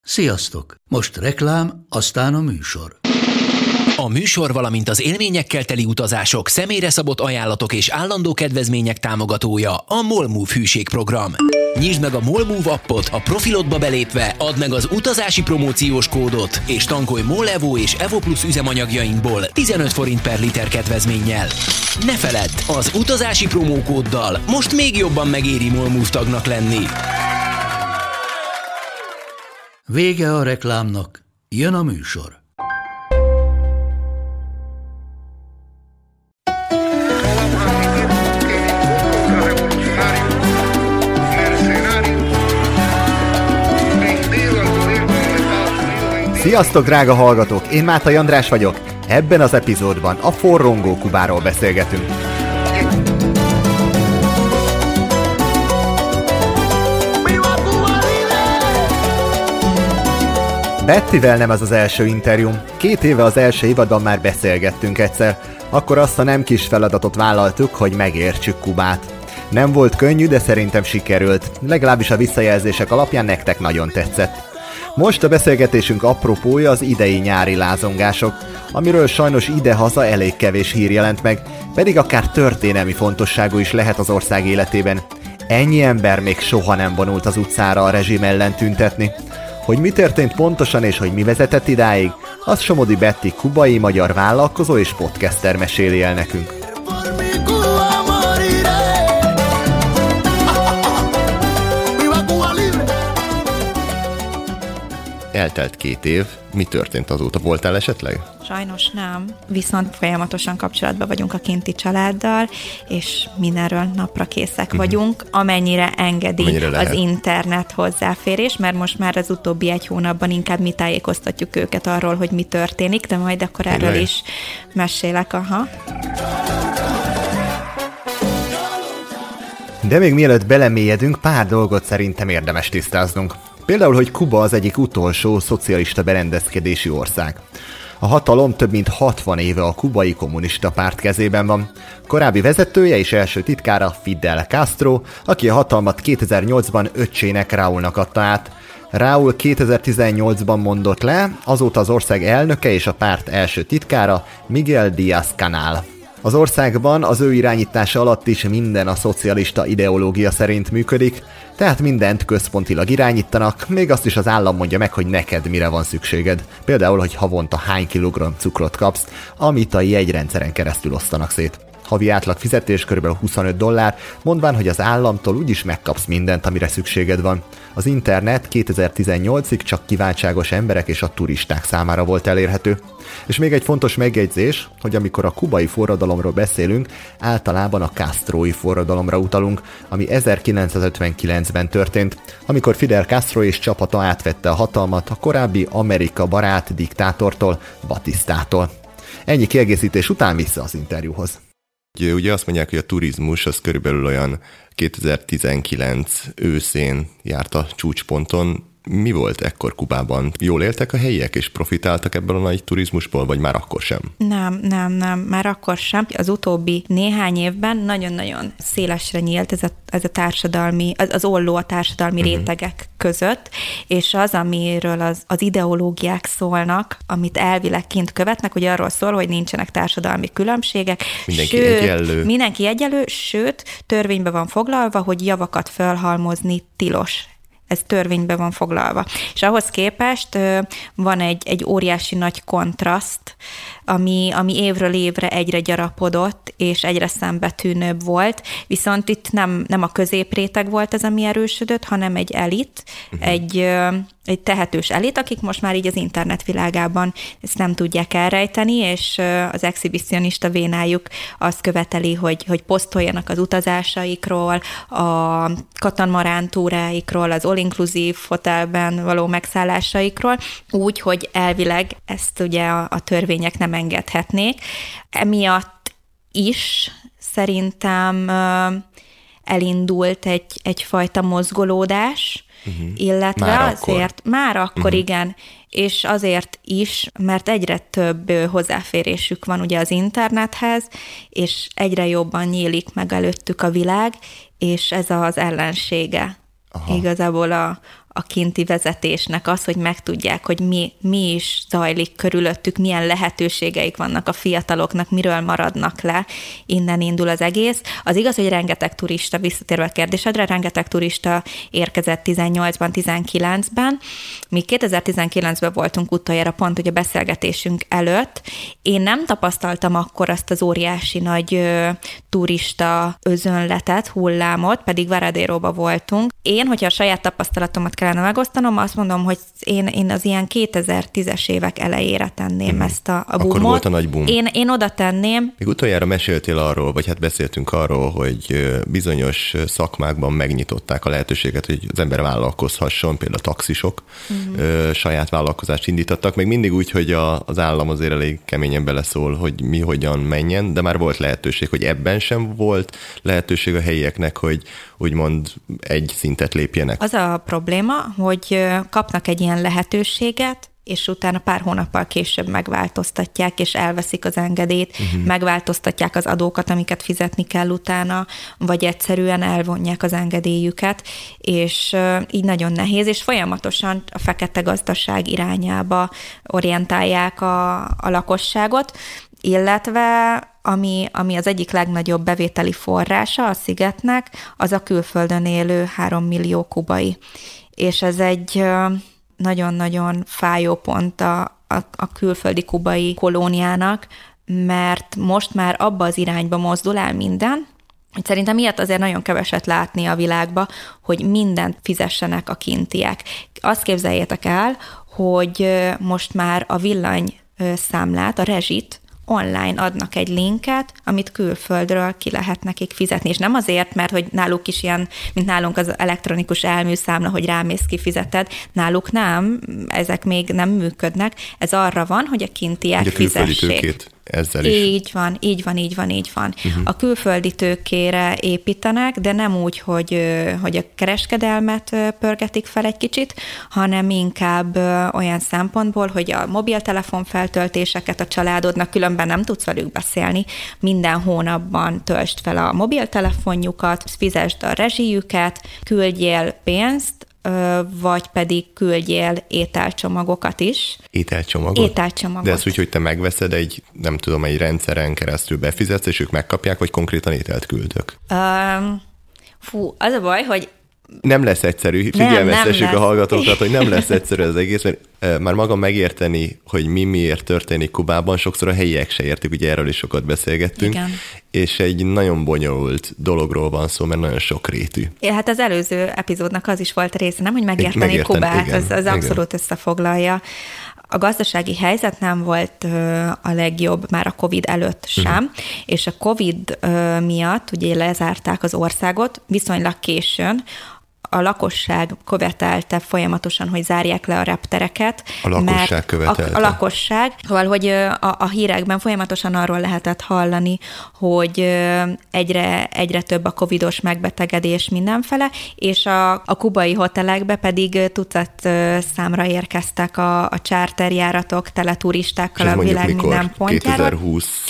Sziasztok! Most reklám, aztán a műsor. A műsor, valamint az élményekkel teli utazások, személyre szabott ajánlatok és állandó kedvezmények támogatója a MOLMOVE hűségprogram. Nyisd meg a MOLMOVE appot, a profilodba belépve add meg az utazási promóciós kódot, és tankolj MOL Evo és Evo Plus üzemanyagjainkból 15 forint per liter kedvezménnyel. Ne feledd, az utazási promókóddal most még jobban megéri MOLMOVE tagnak lenni. Vége a reklámnak, jön a műsor. Sziasztok, drága hallgatók! Én Mátai András vagyok. Ebben az epizódban a forrongó Kubáról beszélgetünk. Bettivel nem ez az első interjúm. 2 éve az első évadban már beszélgettünk egyszer. Akkor azt a nem kis feladatot vállaltuk, hogy megértsük Kubát. Nem volt könnyű, de szerintem sikerült. Legalábbis a visszajelzések alapján nektek nagyon tetszett. Most a beszélgetésünk apropója az idei nyári lázongások, amiről sajnos idehaza elég kevés hír jelent meg, pedig akár történelmi fontosságú is lehet az ország életében. Ennyi ember még soha nem vonult az utcára a rezsim ellen tüntetni. Hogy mi történt pontosan és hogy mi vezetett idáig, azt Somodi Betti kubai magyar vállalkozó és podcaster meséli el nekünk. Eltelt 2 év. Mi történt azóta? Voltál esetleg? Sajnos nem, viszont folyamatosan kapcsolatban vagyunk a kinti családdal, és mindenről napra készek vagyunk, amennyire engedi az internet hozzáférés, mert most már az utóbbi 1 hónapban inkább mi tájékoztatjuk őket arról, hogy mi történik, de majd akkor erről is mesélek. De még mielőtt belemélyedünk, pár dolgot szerintem érdemes tisztáznunk. Például, hogy Kuba az egyik utolsó szocialista berendezkedési ország. A hatalom több mint 60 éve a kubai kommunista párt kezében van. Korábbi vezetője és első titkára Fidel Castro, aki a hatalmat 2008-ban öccsének Raúlnak adta át. Raúl 2018-ban mondott le, azóta az ország elnöke és a párt első titkára Miguel Díaz-Canel. Az országban az ő irányítása alatt is minden a szocialista ideológia szerint működik, tehát mindent központilag irányítanak, még azt is az állam mondja meg, hogy neked mire van szükséged. Például, hogy havonta hány kilogramm cukrot kapsz, amit a jegyrendszeren keresztül osztanak szét. Havi átlag fizetés kb. $25, mondván, hogy az államtól úgyis megkapsz mindent, amire szükséged van. Az internet 2018-ig csak kiváltságos emberek és a turisták számára volt elérhető. És még egy fontos megjegyzés, hogy amikor a kubai forradalomról beszélünk, általában a Castrói forradalomra utalunk, ami 1959-ben történt, amikor Fidel Castro és csapata átvette a hatalmat a korábbi Amerika barát diktátortól, Batistától. Ennyi kiegészítés után vissza az interjúhoz. Ugye azt mondják, hogy a turizmus az körülbelül olyan 2019 őszén járt a csúcsponton. Mi volt ekkor Kubában? Jól éltek a helyiek, és profitáltak ebből a nagy turizmusból, vagy már akkor sem? Nem, már akkor sem. Az utóbbi néhány évben nagyon-nagyon szélesre nyílt ez a társadalmi, az olló a társadalmi rétegek között, és az, amiről az ideológiák szólnak, amit elvileg kint követnek, hogy arról szól, hogy nincsenek társadalmi különbségek. Mindenki egyenlő, sőt, törvényben van foglalva, hogy javakat felhalmozni tilos. Ez törvényben van foglalva. És ahhoz képest van egy óriási nagy kontraszt, ami évről évre egyre gyarapodott, és egyre szembetűnőbb volt, viszont itt nem a középréteg volt ez, ami erősödött, hanem egy elit, egy tehetős elit, akik most már így az internet világában ezt nem tudják elrejteni, és az exhibicionista vénájuk azt követeli, hogy posztoljanak az utazásaikról, a katamarán túráikról, az all-inclusive hotelben való megszállásaikról, úgy, hogy elvileg ezt ugye a törvények nem engedhetnék. Emiatt is szerintem elindult egyfajta mozgolódás, illetve már akkor igen, és azért is, mert egyre több hozzáférésük van ugye az internethez, és egyre jobban nyílik meg előttük a világ, és ez az ellensége igazából a kinti vezetésnek az, hogy megtudják, hogy mi is zajlik körülöttük, milyen lehetőségeik vannak a fiataloknak, miről maradnak le, innen indul az egész. Az igaz, hogy rengeteg turista, visszatérve a kérdésedre, rengeteg turista érkezett 18-ban, 19-ben. Mi 2019-ben voltunk utoljára pont, hogy a beszélgetésünk előtt. Én nem tapasztaltam akkor azt az óriási nagy turista özönletet, hullámot, pedig Varadéróba voltunk. Én, hogyha a saját tapasztalatomat kellene megosztanom, azt mondom, hogy én az ilyen 2010-es évek elejére tenném ezt a boomot. Akkor volt a nagy boom. Én oda tenném. Még utoljára meséltél arról, vagy hát beszéltünk arról, hogy bizonyos szakmákban megnyitották a lehetőséget, hogy az ember vállalkozhasson, például a taxisok saját vállalkozást indítottak, még mindig úgy, hogy az állam azért elég keményen beleszól, hogy mi hogyan menjen, de már volt lehetőség, hogy ebben sem volt lehetőség a helyieknek, hogy úgymond egy szintet lépjenek. Az a probléma, hogy kapnak egy ilyen lehetőséget, és utána pár hónappal később megváltoztatják, és elveszik az engedélyt, megváltoztatják az adókat, amiket fizetni kell utána, vagy egyszerűen elvonják az engedélyüket, és így nagyon nehéz, és folyamatosan a fekete gazdaság irányába orientálják a lakosságot, illetve ami az egyik legnagyobb bevételi forrása a szigetnek, az a külföldön élő 3 millió kubai. És ez egy nagyon-nagyon fájó pont a külföldi kubai kolóniának, mert most már abba az irányba mozdul el minden, hogy szerintem ilyet azért nagyon keveset látni a világba, hogy mindent fizessenek a kintiek. Azt képzeljétek el, hogy most már a villanyszámlát, a rezsit online adnak egy linket, amit külföldről ki lehet nekik fizetni. És nem azért, mert hogy náluk is ilyen, mint nálunk az elektronikus elműszámla, hogy rámész, kifizeted. Náluk nem, ezek még nem működnek. Ez arra van, hogy a kintiek fizessék. Ezzel is. Így van. A külföldi tőkére építenek, de nem úgy, hogy a kereskedelmet pörgetik fel egy kicsit, hanem inkább olyan szempontból, hogy a mobiltelefon feltöltéseket a családodnak, különben nem tudsz velük beszélni, minden hónapban töltsd fel a mobiltelefonjukat, fizesd a rezsijüket, küldjél pénzt, vagy pedig küldjél ételcsomagokat is. Ételcsomagot? Ételcsomagot. De ez úgy, hogy te megveszed egy rendszeren keresztül befizetsz, és ők megkapják, vagy konkrétan ételt küldök? Az a baj, hogy nem lesz egyszerű, figyelmeztessük a hallgatókat, hogy nem lesz egyszerű az egész, mert már maga megérteni, hogy miért történik Kubában, sokszor a helyiek se értik, ugye erről is sokat beszélgettünk, igen. És egy nagyon bonyolult dologról van szó, mert nagyon sokrétű. Hát az előző epizódnak az is volt a része, nem, hogy megérteni Kubát, igen, az abszolút összefoglalja. A gazdasági helyzet nem volt a legjobb már a Covid előtt sem, és a Covid miatt ugye lezárták az országot viszonylag későn, a lakosság követelte folyamatosan, hogy zárják le a reptereket. A lakosság követelte. A lakosság, szóval, hogy a hírekben folyamatosan arról lehetett hallani, hogy egyre több a covidos megbetegedés mindenfele, és a kubai hotelekbe pedig tucat számra érkeztek a charterjáratok tele turistákkal a világ minden pontjára.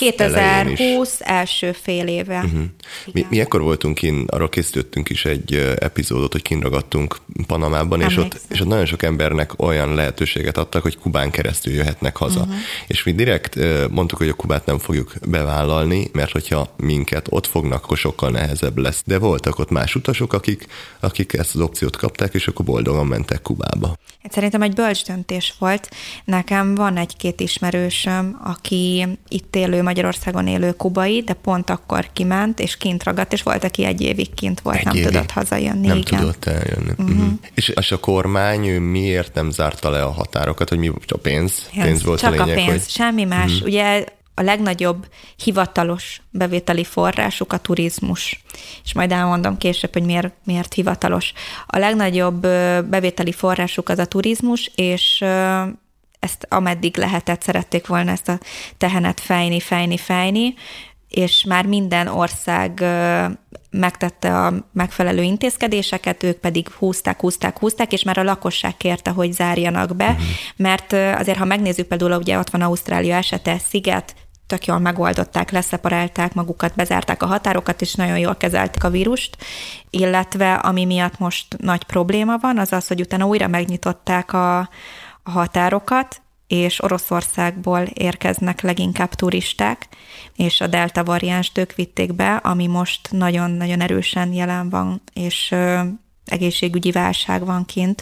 2020 első fél éve. Mi ekkor voltunk kint, arról készítettünk is egy epizódot, hogy kint ragadtunk Panamában, és ott nagyon sok embernek olyan lehetőséget adtak, hogy Kubán keresztül jöhetnek haza. És mi direkt mondtuk, hogy a Kubát nem fogjuk bevállalni, mert hogyha minket ott fognak, akkor sokkal nehezebb lesz. De voltak ott más utasok, akik ezt az opciót kapták, és akkor boldogan mentek Kubába. Szerintem egy bölcs döntés volt. Nekem van egy-két ismerősöm, aki itt élő, Magyarországon élő kubai, de pont akkor kiment, és kint ragadt, és volt, aki egy évig kint volt, nem tudott hazajönni. Nem tudott eljönni. És a kormány miért nem zárta le a határokat, hogy mi a pénz? Pénz volt csak a lényeg, a pénz, hogy... semmi más. Ugye a legnagyobb hivatalos bevételi forrásuk a turizmus. És majd elmondom később, hogy miért hivatalos. A legnagyobb bevételi forrásuk az a turizmus, és ezt ameddig lehetett, szerették volna ezt a tehenet fejni, és már minden ország megtette a megfelelő intézkedéseket, ők pedig húzták, és már a lakosság kérte, hogy zárjanak be, mert azért, ha megnézzük például, ugye ott van Ausztrália esete, sziget, tök jól megoldották, leszeparálták magukat, bezárták a határokat, és nagyon jól kezelték a vírust, illetve ami miatt most nagy probléma van, az az, hogy utána újra megnyitották a határokat, és Oroszországból érkeznek leginkább turisták, és a delta variánst ők vitték be, ami most nagyon-nagyon erősen jelen van, és egészségügyi válság van kint.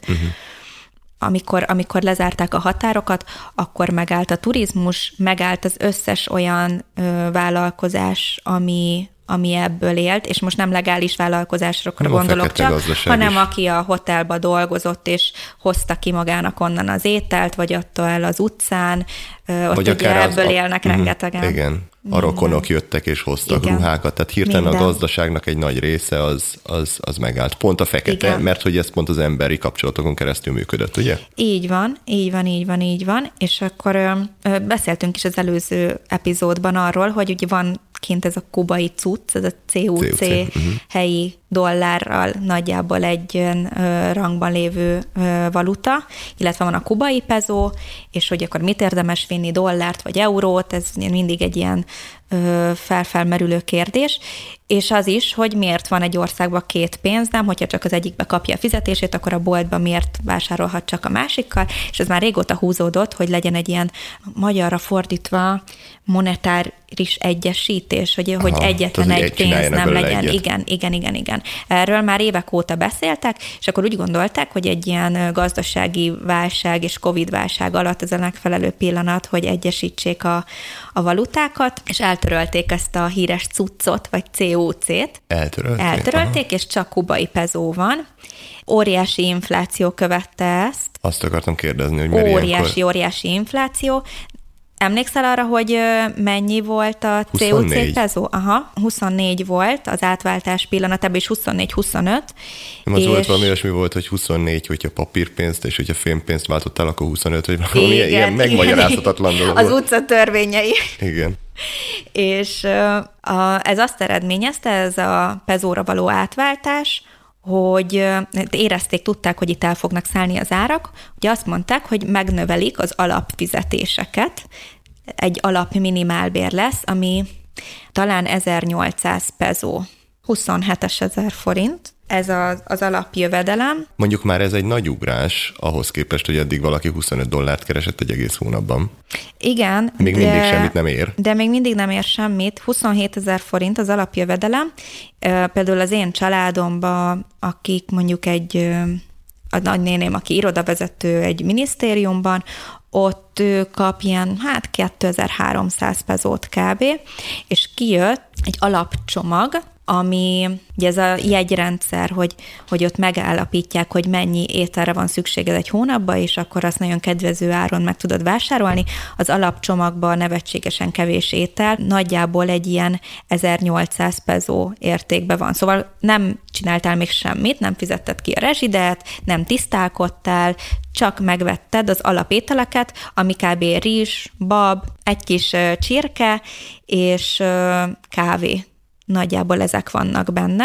Amikor lezárták a határokat, akkor megállt a turizmus, megállt az összes olyan vállalkozás, ami ebből élt, és most nem legális vállalkozásokra gondolok csak, hanem aki a hotelba dolgozott, és hozta ki magának onnan az ételt, vagy adta el az utcán, ott ugye ebből élnek rengetegen. Igen, a rokonok jöttek és hoztak ruhákat, tehát hirtelen a gazdaságnak egy nagy része az megállt. Pont a fekete, mert hogy ez pont az emberi kapcsolatokon keresztül működött, ugye? Így van, és akkor beszéltünk is az előző epizódban arról, hogy ugye van kint ez a kubai cucc, ez a CUC helyi dollárral nagyjából egy rangban lévő valuta, illetve van a kubai pezó, és hogy akkor mit érdemes vinni, dollárt vagy eurót, ez mindig egy ilyen felmerülő kérdés, és az is, hogy miért van egy országban két pénznem, hogyha csak az egyikbe kapja a fizetését, akkor a boltban miért vásárolhat csak a másikkal, és ez már régóta húzódott, hogy legyen egy ilyen magyarra fordítva monetáris egyesítés, hogy egyetlen egy pénz nem legyen. Igen. Erről már évek óta beszéltek, és akkor úgy gondolták, hogy egy ilyen gazdasági válság és Covid válság alatt ez a megfelelő pillanat, hogy egyesítsék a valutákat, és eltörölték ezt a híres cuccot, vagy CUC-t. Eltörölték, és csak kubai pezó van. Óriási infláció követte ezt. Azt akartam kérdezni, hogy óriási infláció. Emlékszel arra, hogy mennyi volt a CUC pezó? 24 volt az átváltás pillanatában, és 24-25. Az volt valami olyasmi volt, hogy 24, hogyha papírpénzt, és hogyha fémpénzt váltottál, akkor 25, vagy valami ilyen megmagyarázhatatlan dolog. Az utca törvényei. Igen. És ez azt eredményezte, ez a pezóra való átváltás, hogy érezték, tudták, hogy itt el fognak szállni az árak, ugye azt mondták, hogy megnövelik az alapfizetéseket, egy alap minimálbér lesz, ami talán 1800 pezó, 27 000 forint, ez az alapjövedelem. Mondjuk már ez egy nagy ugrás ahhoz képest, hogy eddig valaki $25 keresett egy egész hónapban. Igen. Még mindig semmit nem ér. De még mindig nem ér semmit. 27 000 forint az alapjövedelem. Például az én családomban, akik mondjuk a nagynéném, aki irodavezető egy minisztériumban, ott kap ilyen, 2300 pezót kb. És kijött egy alapcsomag, ami ugye ez a jegyrendszer, hogy ott megállapítják, hogy mennyi ételre van szükséged egy hónapban, és akkor azt nagyon kedvező áron meg tudod vásárolni. Az alapcsomagban nevetségesen kevés étel, nagyjából egy ilyen 1800 pezó értékben van. Szóval nem csináltál még semmit, nem fizetted ki a rezsidet, nem tisztálkodtál, csak megvetted az alapételeket, ami kb. Rizs, bab, egy kis csirke és kávé. Nagyjából ezek vannak benne,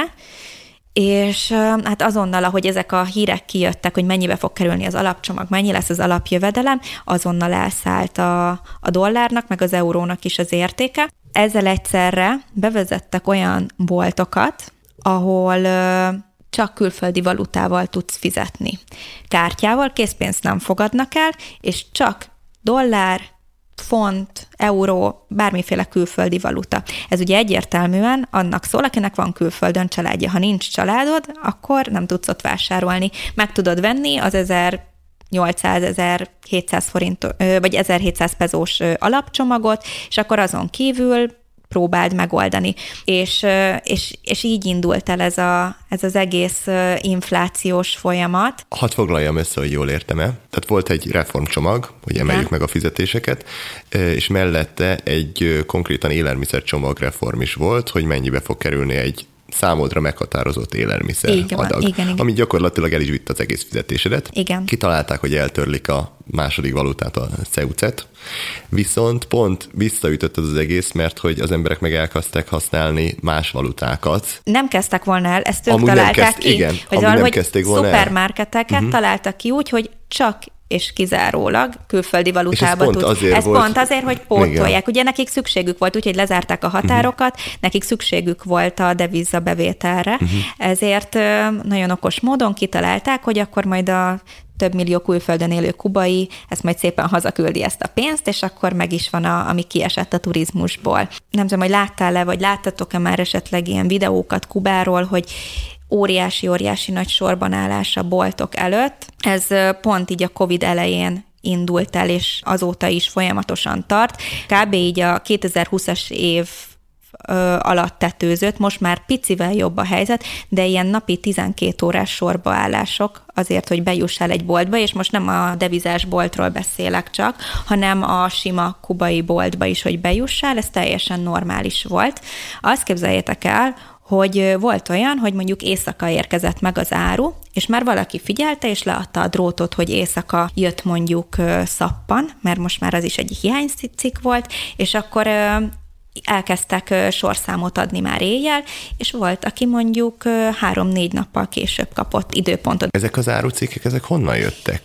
és hát azonnal, ahogy ezek a hírek kijöttek, hogy mennyibe fog kerülni az alapcsomag, mennyi lesz az alapjövedelem, azonnal elszállt a dollárnak, meg az eurónak is az értéke. Ezzel egyszerre bevezettek olyan boltokat, ahol csak külföldi valutával tudsz fizetni. Kártyával készpénzt nem fogadnak el, és csak dollár, font, euró, bármiféle külföldi valuta. Ez ugye egyértelműen annak szól, akinek van külföldön családja. Ha nincs családod, akkor nem tudsz ott vásárolni. Meg tudod venni az 1800-1700 forint, vagy 1700 pezós alapcsomagot, és akkor azon kívül próbáld megoldani. És így indult el ez az egész inflációs folyamat. Hadd foglaljam össze, hogy jól értem-e. Tehát volt egy reformcsomag, hogy emeljük meg a fizetéseket, és mellette egy konkrétan élelmiszercsomag reform is volt, hogy mennyibe fog kerülni egy számodra meghatározott élelmiszer adag, igen. ami gyakorlatilag el is vitt az egész fizetésedet. Igen. Kitalálták, hogy eltörlik a második valutát, a CUC-et, viszont pont visszaütött az egész, mert hogy az emberek meg elkezdtek használni más valutákat. Nem kezdtek volna el, ezt ők találták ki. Igen, hogy valahogy szupermarketeket találtak ki úgy, hogy csak és kizárólag külföldi valutába tudsz. Pont azért, hogy pótolják. Igen. Ugye nekik szükségük volt, úgyhogy lezárták a határokat, nekik szükségük volt a devizabevételre, ezért nagyon okos módon kitalálták, hogy akkor majd a több millió külföldön élő kubai, ezt majd szépen hazaküldi ezt a pénzt, és akkor meg is van, ami kiesett a turizmusból. Nem tudom, hogy láttál-e, vagy láttatok-e már esetleg ilyen videókat Kubáról, hogy óriási nagy sorban állás a boltok előtt. Ez pont így a Covid elején indult el, és azóta is folyamatosan tart. Kb. Így a 2020-as év alatt tetőzött, most már picivel jobb a helyzet, de ilyen napi 12 órás sorba állások azért, hogy bejussál egy boltba, és most nem a devizás boltról beszélek csak, hanem a sima kubai boltba is, hogy bejussál, ez teljesen normális volt. Azt képzeljétek el, hogy volt olyan, hogy mondjuk éjszaka érkezett meg az áru, és már valaki figyelte, és leadta a drótot, hogy éjszaka jött mondjuk szappan, mert most már az is egy hiánycikk volt, és akkor elkezdtek sorszámot adni már éjjel, és volt, aki mondjuk 3-4 nappal később kapott időpontot. Ezek az árucikkek, ezek honnan jöttek?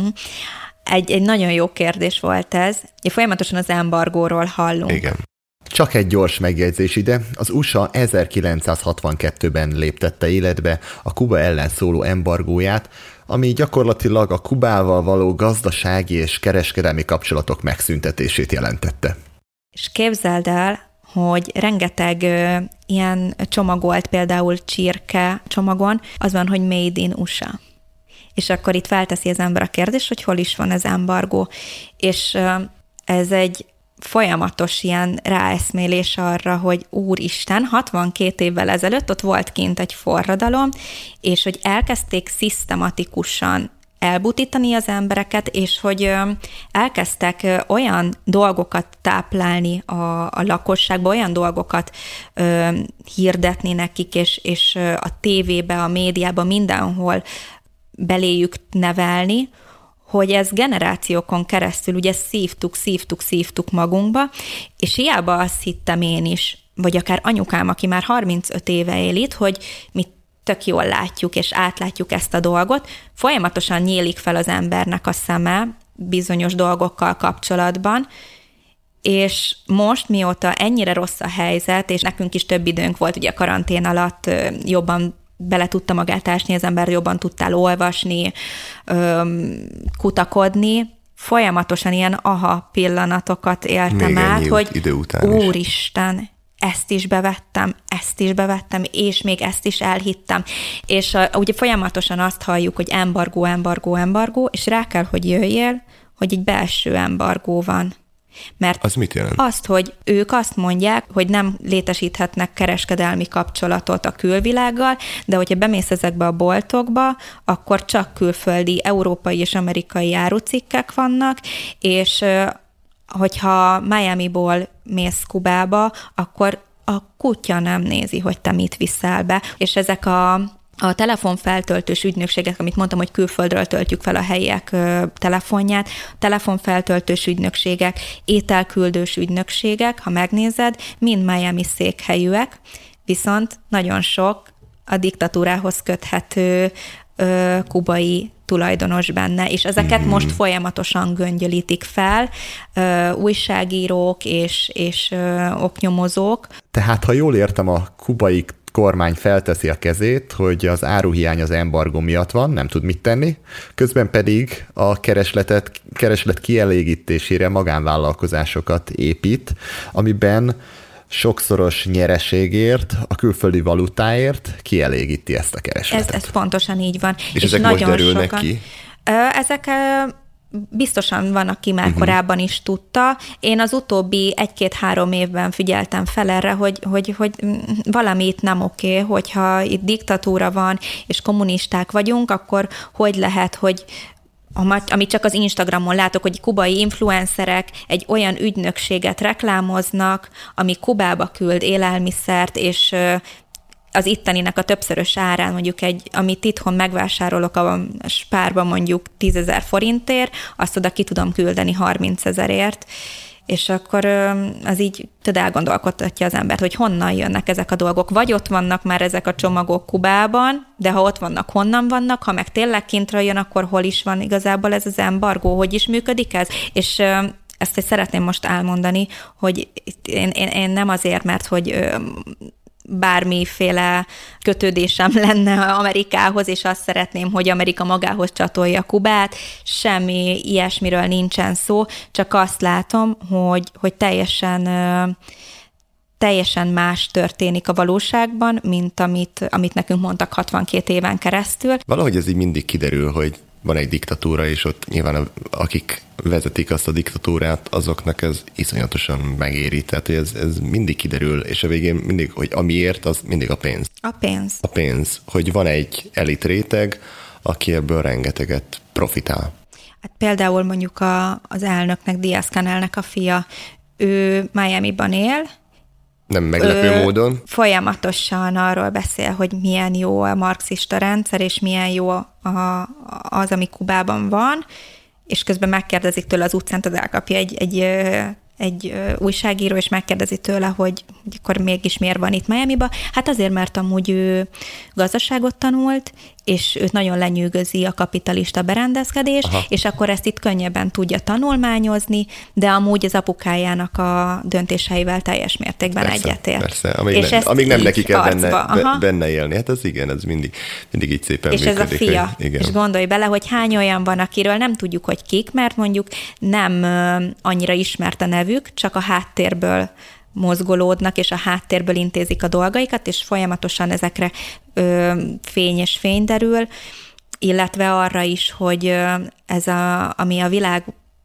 Egy nagyon jó kérdés volt ez. Folyamatosan az embargóról hallunk. Igen. Csak egy gyors megjegyzés ide, az USA 1962-ben léptette életbe a Kuba ellen szóló embargóját, ami gyakorlatilag a Kubával való gazdasági és kereskedelmi kapcsolatok megszüntetését jelentette. És képzeld el, hogy rengeteg ilyen csomagolt, például csirke csomagon, az van, hogy Made in USA. És akkor itt felteszi az ember a kérdést, hogy hol is van az embargó. És ez egy folyamatos ilyen ráeszmélés arra, hogy úristen, 62 évvel ezelőtt ott volt kint egy forradalom, és hogy elkezdték szisztematikusan elbutítani az embereket, és hogy elkezdtek olyan dolgokat táplálni a lakosságba, olyan dolgokat hirdetni nekik, és a tévébe, a médiába, mindenhol beléjük nevelni, hogy ez generációkon keresztül ugye szívtuk magunkba, és hiába azt hittem én is, vagy akár anyukám, aki már 35 éve él itt, hogy mi tök jól látjuk és átlátjuk ezt a dolgot, folyamatosan nyílik fel az embernek a szeme bizonyos dolgokkal kapcsolatban, és most mióta ennyire rossz a helyzet, és nekünk is több időnk volt ugye a karantén alatt, jobban bele tudta magát ásni, az ember jobban tudtál olvasni, kutakodni, folyamatosan ilyen aha pillanatokat éltem át, hogy úristen, ezt is bevettem, és még ezt is elhittem. És ugye folyamatosan azt halljuk, hogy embargó, és rá kell, hogy jöjjél, hogy egy belső embargó van. Mert az mit jelent? Azt, hogy ők azt mondják, hogy nem létesíthetnek kereskedelmi kapcsolatot a külvilággal, de hogyha bemész ezekbe a boltokba, akkor csak külföldi, európai és amerikai árucikkek vannak, és hogyha Miamiból mész Kubába, akkor a kutya nem nézi, hogy te mit viszel be. És ezek a telefonfeltöltős ügynökségek, amit mondtam, hogy külföldről töltjük fel a helyiek telefonját, telefonfeltöltős ügynökségek, ételküldős ügynökségek, ha megnézed, mind Miami székhelyűek, viszont nagyon sok a diktatúrához köthető kubai tulajdonos benne, és ezeket most folyamatosan göngyölítik fel újságírók és oknyomozók. Tehát, ha jól értem, a kubai kormány felteszi a kezét, hogy az áruhiány az embargó miatt van, nem tud mit tenni, közben pedig a kereslet kielégítésére magánvállalkozásokat épít, amiben sokszoros nyereségért, a külföldi valutáért kielégíti ezt a keresletet. Ez pontosan így van. És ezek nagyon most derülnek ki? Ezek biztosan van, aki már korábban is tudta. Én az utóbbi 1-2-3 évben figyeltem fel erre, hogy valami itt nem oké, hogyha itt diktatúra van, és kommunisták vagyunk, akkor hogy lehet, hogy amit csak az Instagramon látok, hogy kubai influencerek egy olyan ügynökséget reklámoznak, ami Kubába küld élelmiszert, és az itteninek a többszörös árán, mondjuk amit itthon megvásárolok a Spárba mondjuk 10 000 forintért, azt oda ki tudom küldeni 30 000-ért, És akkor az így elgondolkodtatja az embert, hogy honnan jönnek ezek a dolgok. Vagy ott vannak már ezek a csomagok Kubában, de ha ott vannak, honnan vannak, ha meg tényleg kintről jön, akkor hol is van igazából ez az embargó, hogy is működik ez? És ezt szeretném most elmondani, hogy én nem azért, mert hogy bármiféle kötődésem lenne Amerikához, és azt szeretném, hogy Amerika magához csatolja Kubát, semmi ilyesmiről nincsen szó, csak azt látom, hogy teljesen más történik a valóságban, mint amit nekünk mondtak 62 éven keresztül. Valahogy ez így mindig kiderül, hogy van egy diktatúra, és ott nyilván akik vezetik azt a diktatúrát, azoknak ez iszonyatosan megéri. Tehát, hogy ez mindig kiderül, és a végén mindig, hogy amiért, az mindig a pénz. A pénz. A pénz, hogy van egy elit réteg, aki ebből rengeteget profitál. Hát például mondjuk az elnöknek, Díaz-Canelnek a fia, ő Miamiban él, nem meglepő módon. Folyamatosan arról beszél, hogy milyen jó a marxista rendszer, és milyen jó az, ami Kubában van, és közben megkérdezik tőle az utcán, az elkapja egy újságíró, és megkérdezi tőle, hogy akkor mégis miért van itt Miamiba. Hát azért, mert amúgy ő gazdaságot tanult, és őt nagyon lenyűgözi a kapitalista berendezkedés, és akkor ezt itt könnyebben tudja tanulmányozni, de amúgy az apukájának a döntéseivel teljes mértékben egyetért. Persze, amíg nem neki kell benne élni. Hát ez igen, ez mindig így szépen és működik. És ez a fia. És gondolj bele, hogy hány olyan van, akiről nem tudjuk, hogy kik, mert mondjuk nem annyira ismert a nevük, csak a háttérből mozgolódnak, és a háttérből intézik a dolgaikat, és folyamatosan ezekre fény és fény derül, illetve arra is, hogy ami a világ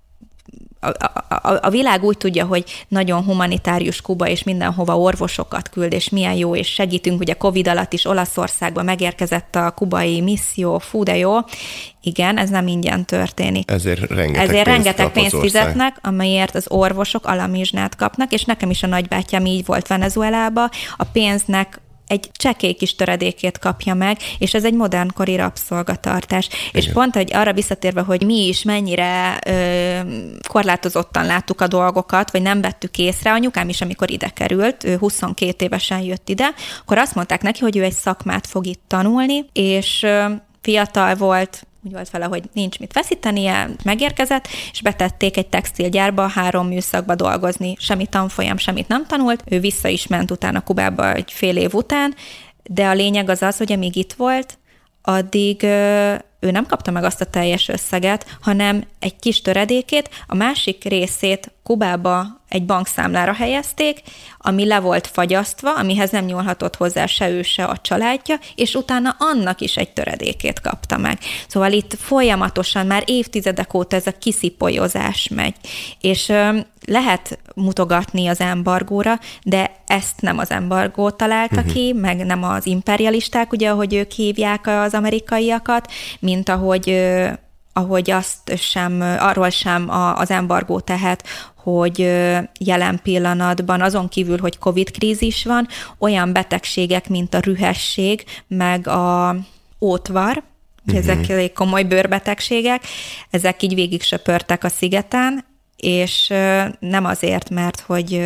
a világ úgy tudja, hogy nagyon humanitárius Kuba, és mindenhova orvosokat küld, és milyen jó, és segítünk, ugye Covid alatt is Olaszországba megérkezett a kubai misszió, fú, de jó. Igen, ez nem ingyen történik. Ezért rengeteg pénzt fizetnek, amelyért az orvosok alamizsnát kapnak, és nekem is a nagybátyám így volt Venezuelában, a pénznek egy csekély kis töredékét kapja meg, és ez egy modernkori rabszolgatartás. Igen. És pont, hogy arra visszatérve, hogy mi is mennyire korlátozottan láttuk a dolgokat, vagy nem vettük észre, anyukám is, amikor ide került, ő 22 évesen jött ide, akkor azt mondták neki, hogy ő egy szakmát fog itt tanulni, és fiatal volt, úgy volt vele, hogy nincs mit veszítenie, megérkezett, és betették egy textilgyárba, 3 műszakba dolgozni, semmi tanfolyam, semmit nem tanult, ő vissza is ment utána Kubába egy fél év után, de a lényeg az, hogy amíg itt volt, addig ő nem kapta meg azt a teljes összeget, hanem egy kis töredékét, a másik részét Kubába egy bankszámlára helyezték, ami le volt fagyasztva, amihez nem nyúlhatott hozzá se ő, se a családja, és utána annak is egy töredékét kapta meg. Szóval itt folyamatosan már évtizedek óta ez a kiszipolyozás megy, és lehet mutogatni az embargóra, de ezt nem az embargó találta ki, meg nem az imperialisták, ugye, ahogy ők hívják az amerikaiakat, mint ahogy arról sem az embargó tehet, hogy jelen pillanatban azon kívül, hogy Covid-krízis van, olyan betegségek, mint a rühesség, meg a ótvar, ezek elég komoly bőrbetegségek, ezek így végig söpörtek a szigeten, és nem azért, mert hogy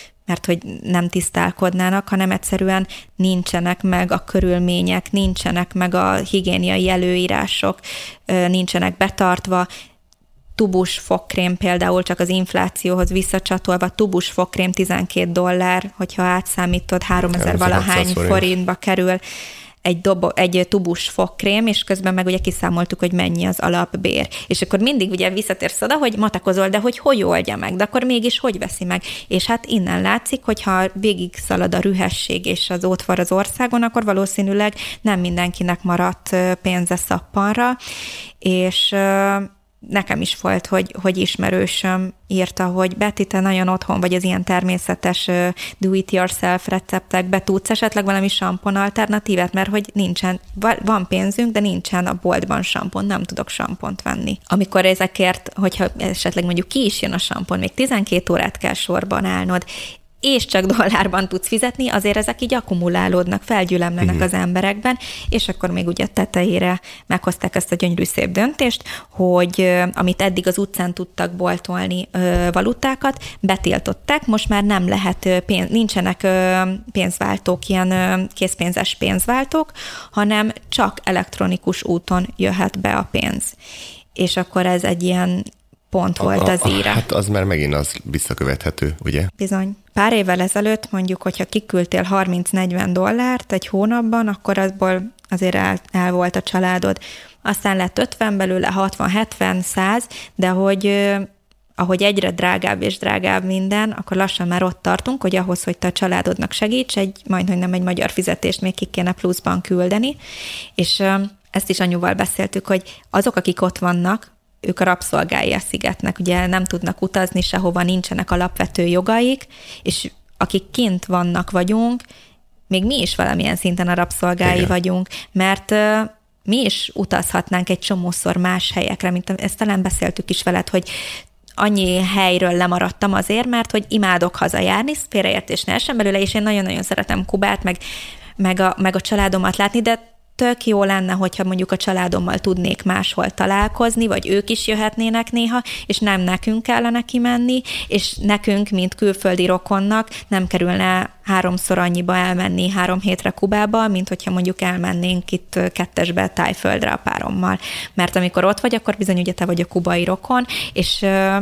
nem tisztálkodnának, hanem egyszerűen nincsenek meg a körülmények, nincsenek meg a higiéniai előírások, nincsenek betartva. Tubus fogkrém például, csak az inflációhoz visszacsatolva, tubus fogkrém $12, hogyha átszámítod, 3000 valahány forintba kerül egy tubus fogkrém, és közben meg ugye kiszámoltuk, hogy mennyi az alapbér. És akkor mindig ugye visszatérsz oda, hogy matakozol, de hogy oldja meg, de akkor mégis hogy veszi meg. És hát innen látszik, hogyha végig szalad a rühesség és az ótvar az országon, akkor valószínűleg nem mindenkinek maradt pénze szappanra, és nekem is volt, hogy ismerősöm írta, hogy Betty, te nagyon otthon vagy az ilyen természetes do-it-yourself receptekbe, tudsz esetleg valami sampon alternatívát, mert hogy nincsen, van pénzünk, de nincsen a boltban sampon, nem tudok sampont venni. Amikor ezekért, hogyha esetleg mondjuk ki is jön a sampon, még 12 órát kell sorban állnod, és csak dollárban tudsz fizetni, azért ezek így akkumulálódnak, felgyülemlenek az emberekben, és akkor még ugye tetejére meghozták ezt a gyönyörű szép döntést, hogy amit eddig az utcán tudtak boltolni valutákat, betiltották, most már nem lehet, nincsenek pénzváltók, ilyen készpénzes pénzváltók, hanem csak elektronikus úton jöhet be a pénz. És akkor ez egy ilyen pont volt az íre. Hát az már megint az visszakövethető, ugye? Bizony. Pár évvel ezelőtt mondjuk, hogyha kiküldtél $30-40 egy hónapban, akkor azból azért el volt a családod. Aztán lett 50 belőle, 60-70-100, de ahogy egyre drágább és drágább minden, akkor lassan már ott tartunk, hogy ahhoz, hogy te a családodnak segíts, majdhogy nem egy magyar fizetést még ki kéne pluszban küldeni. És ezt is anyuval beszéltük, hogy azok, akik ott vannak, ők a rabszolgái a szigetnek, ugye nem tudnak utazni sehova, nincsenek alapvető jogaik, és akik kint vannak vagyunk, még mi is valamilyen szinten a rabszolgái vagyunk, mert mi is utazhatnánk egy csomószor más helyekre, mint ezt talán beszéltük is veled, hogy annyi helyről lemaradtam azért, mert hogy imádok hazajárni, félreértés ne essen belőle, és én nagyon-nagyon szeretem Kubát, meg a családomat látni, de tök jó lenne, hogyha mondjuk a családommal tudnék máshol találkozni, vagy ők is jöhetnének néha, és nem nekünk kellene kimenni, és nekünk, mint külföldi rokonnak nem kerülne 3-szor annyiba elmenni 3 hétre Kubába, mint hogyha mondjuk elmennénk itt 2-esbe Tájföldre a párommal. Mert amikor ott vagy, akkor bizony ugye te vagy a kubai rokon, és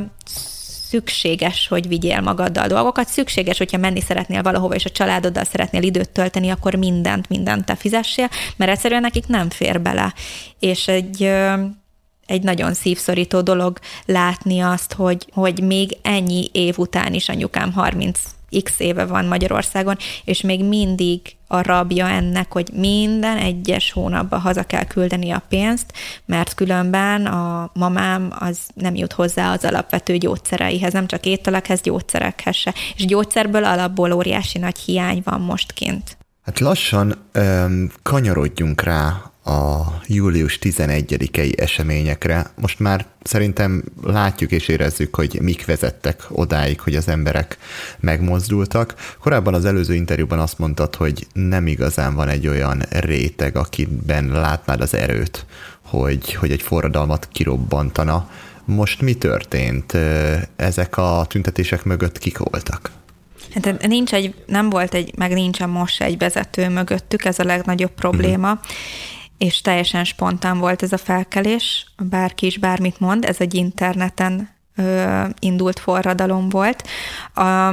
szükséges, hogy vigyél magaddal dolgokat, szükséges, hogyha menni szeretnél valahova, és a családoddal szeretnél időt tölteni, akkor mindent te fizessél, mert egyszerűen nekik nem fér bele. És egy nagyon szívszorító dolog látni azt, hogy még ennyi év után is anyukám 30x éve van Magyarországon, és még mindig a rabja ennek, hogy minden egyes hónapban haza kell küldeni a pénzt, mert különben a mamám az nem jut hozzá az alapvető gyógyszereihez, nem csak ételekhez, gyógyszerekhez se. És gyógyszerből alapból óriási nagy hiány van most kint. Hát lassan kanyarodjunk rá a július 11-i eseményekre. Most már szerintem látjuk és érezzük, hogy mik vezettek odáig, hogy az emberek megmozdultak. Korábban az előző interjúban azt mondtad, hogy nem igazán van egy olyan réteg, akiben látnád az erőt, hogy egy forradalmat kirobbantana. Most mi történt? Ezek a tüntetések mögött kik voltak? Hát nem volt meg nincsen most egy vezető mögöttük, ez a legnagyobb probléma. És teljesen spontán volt ez a felkelés, bárki is bármit mond, ez egy interneten indult forradalom volt. A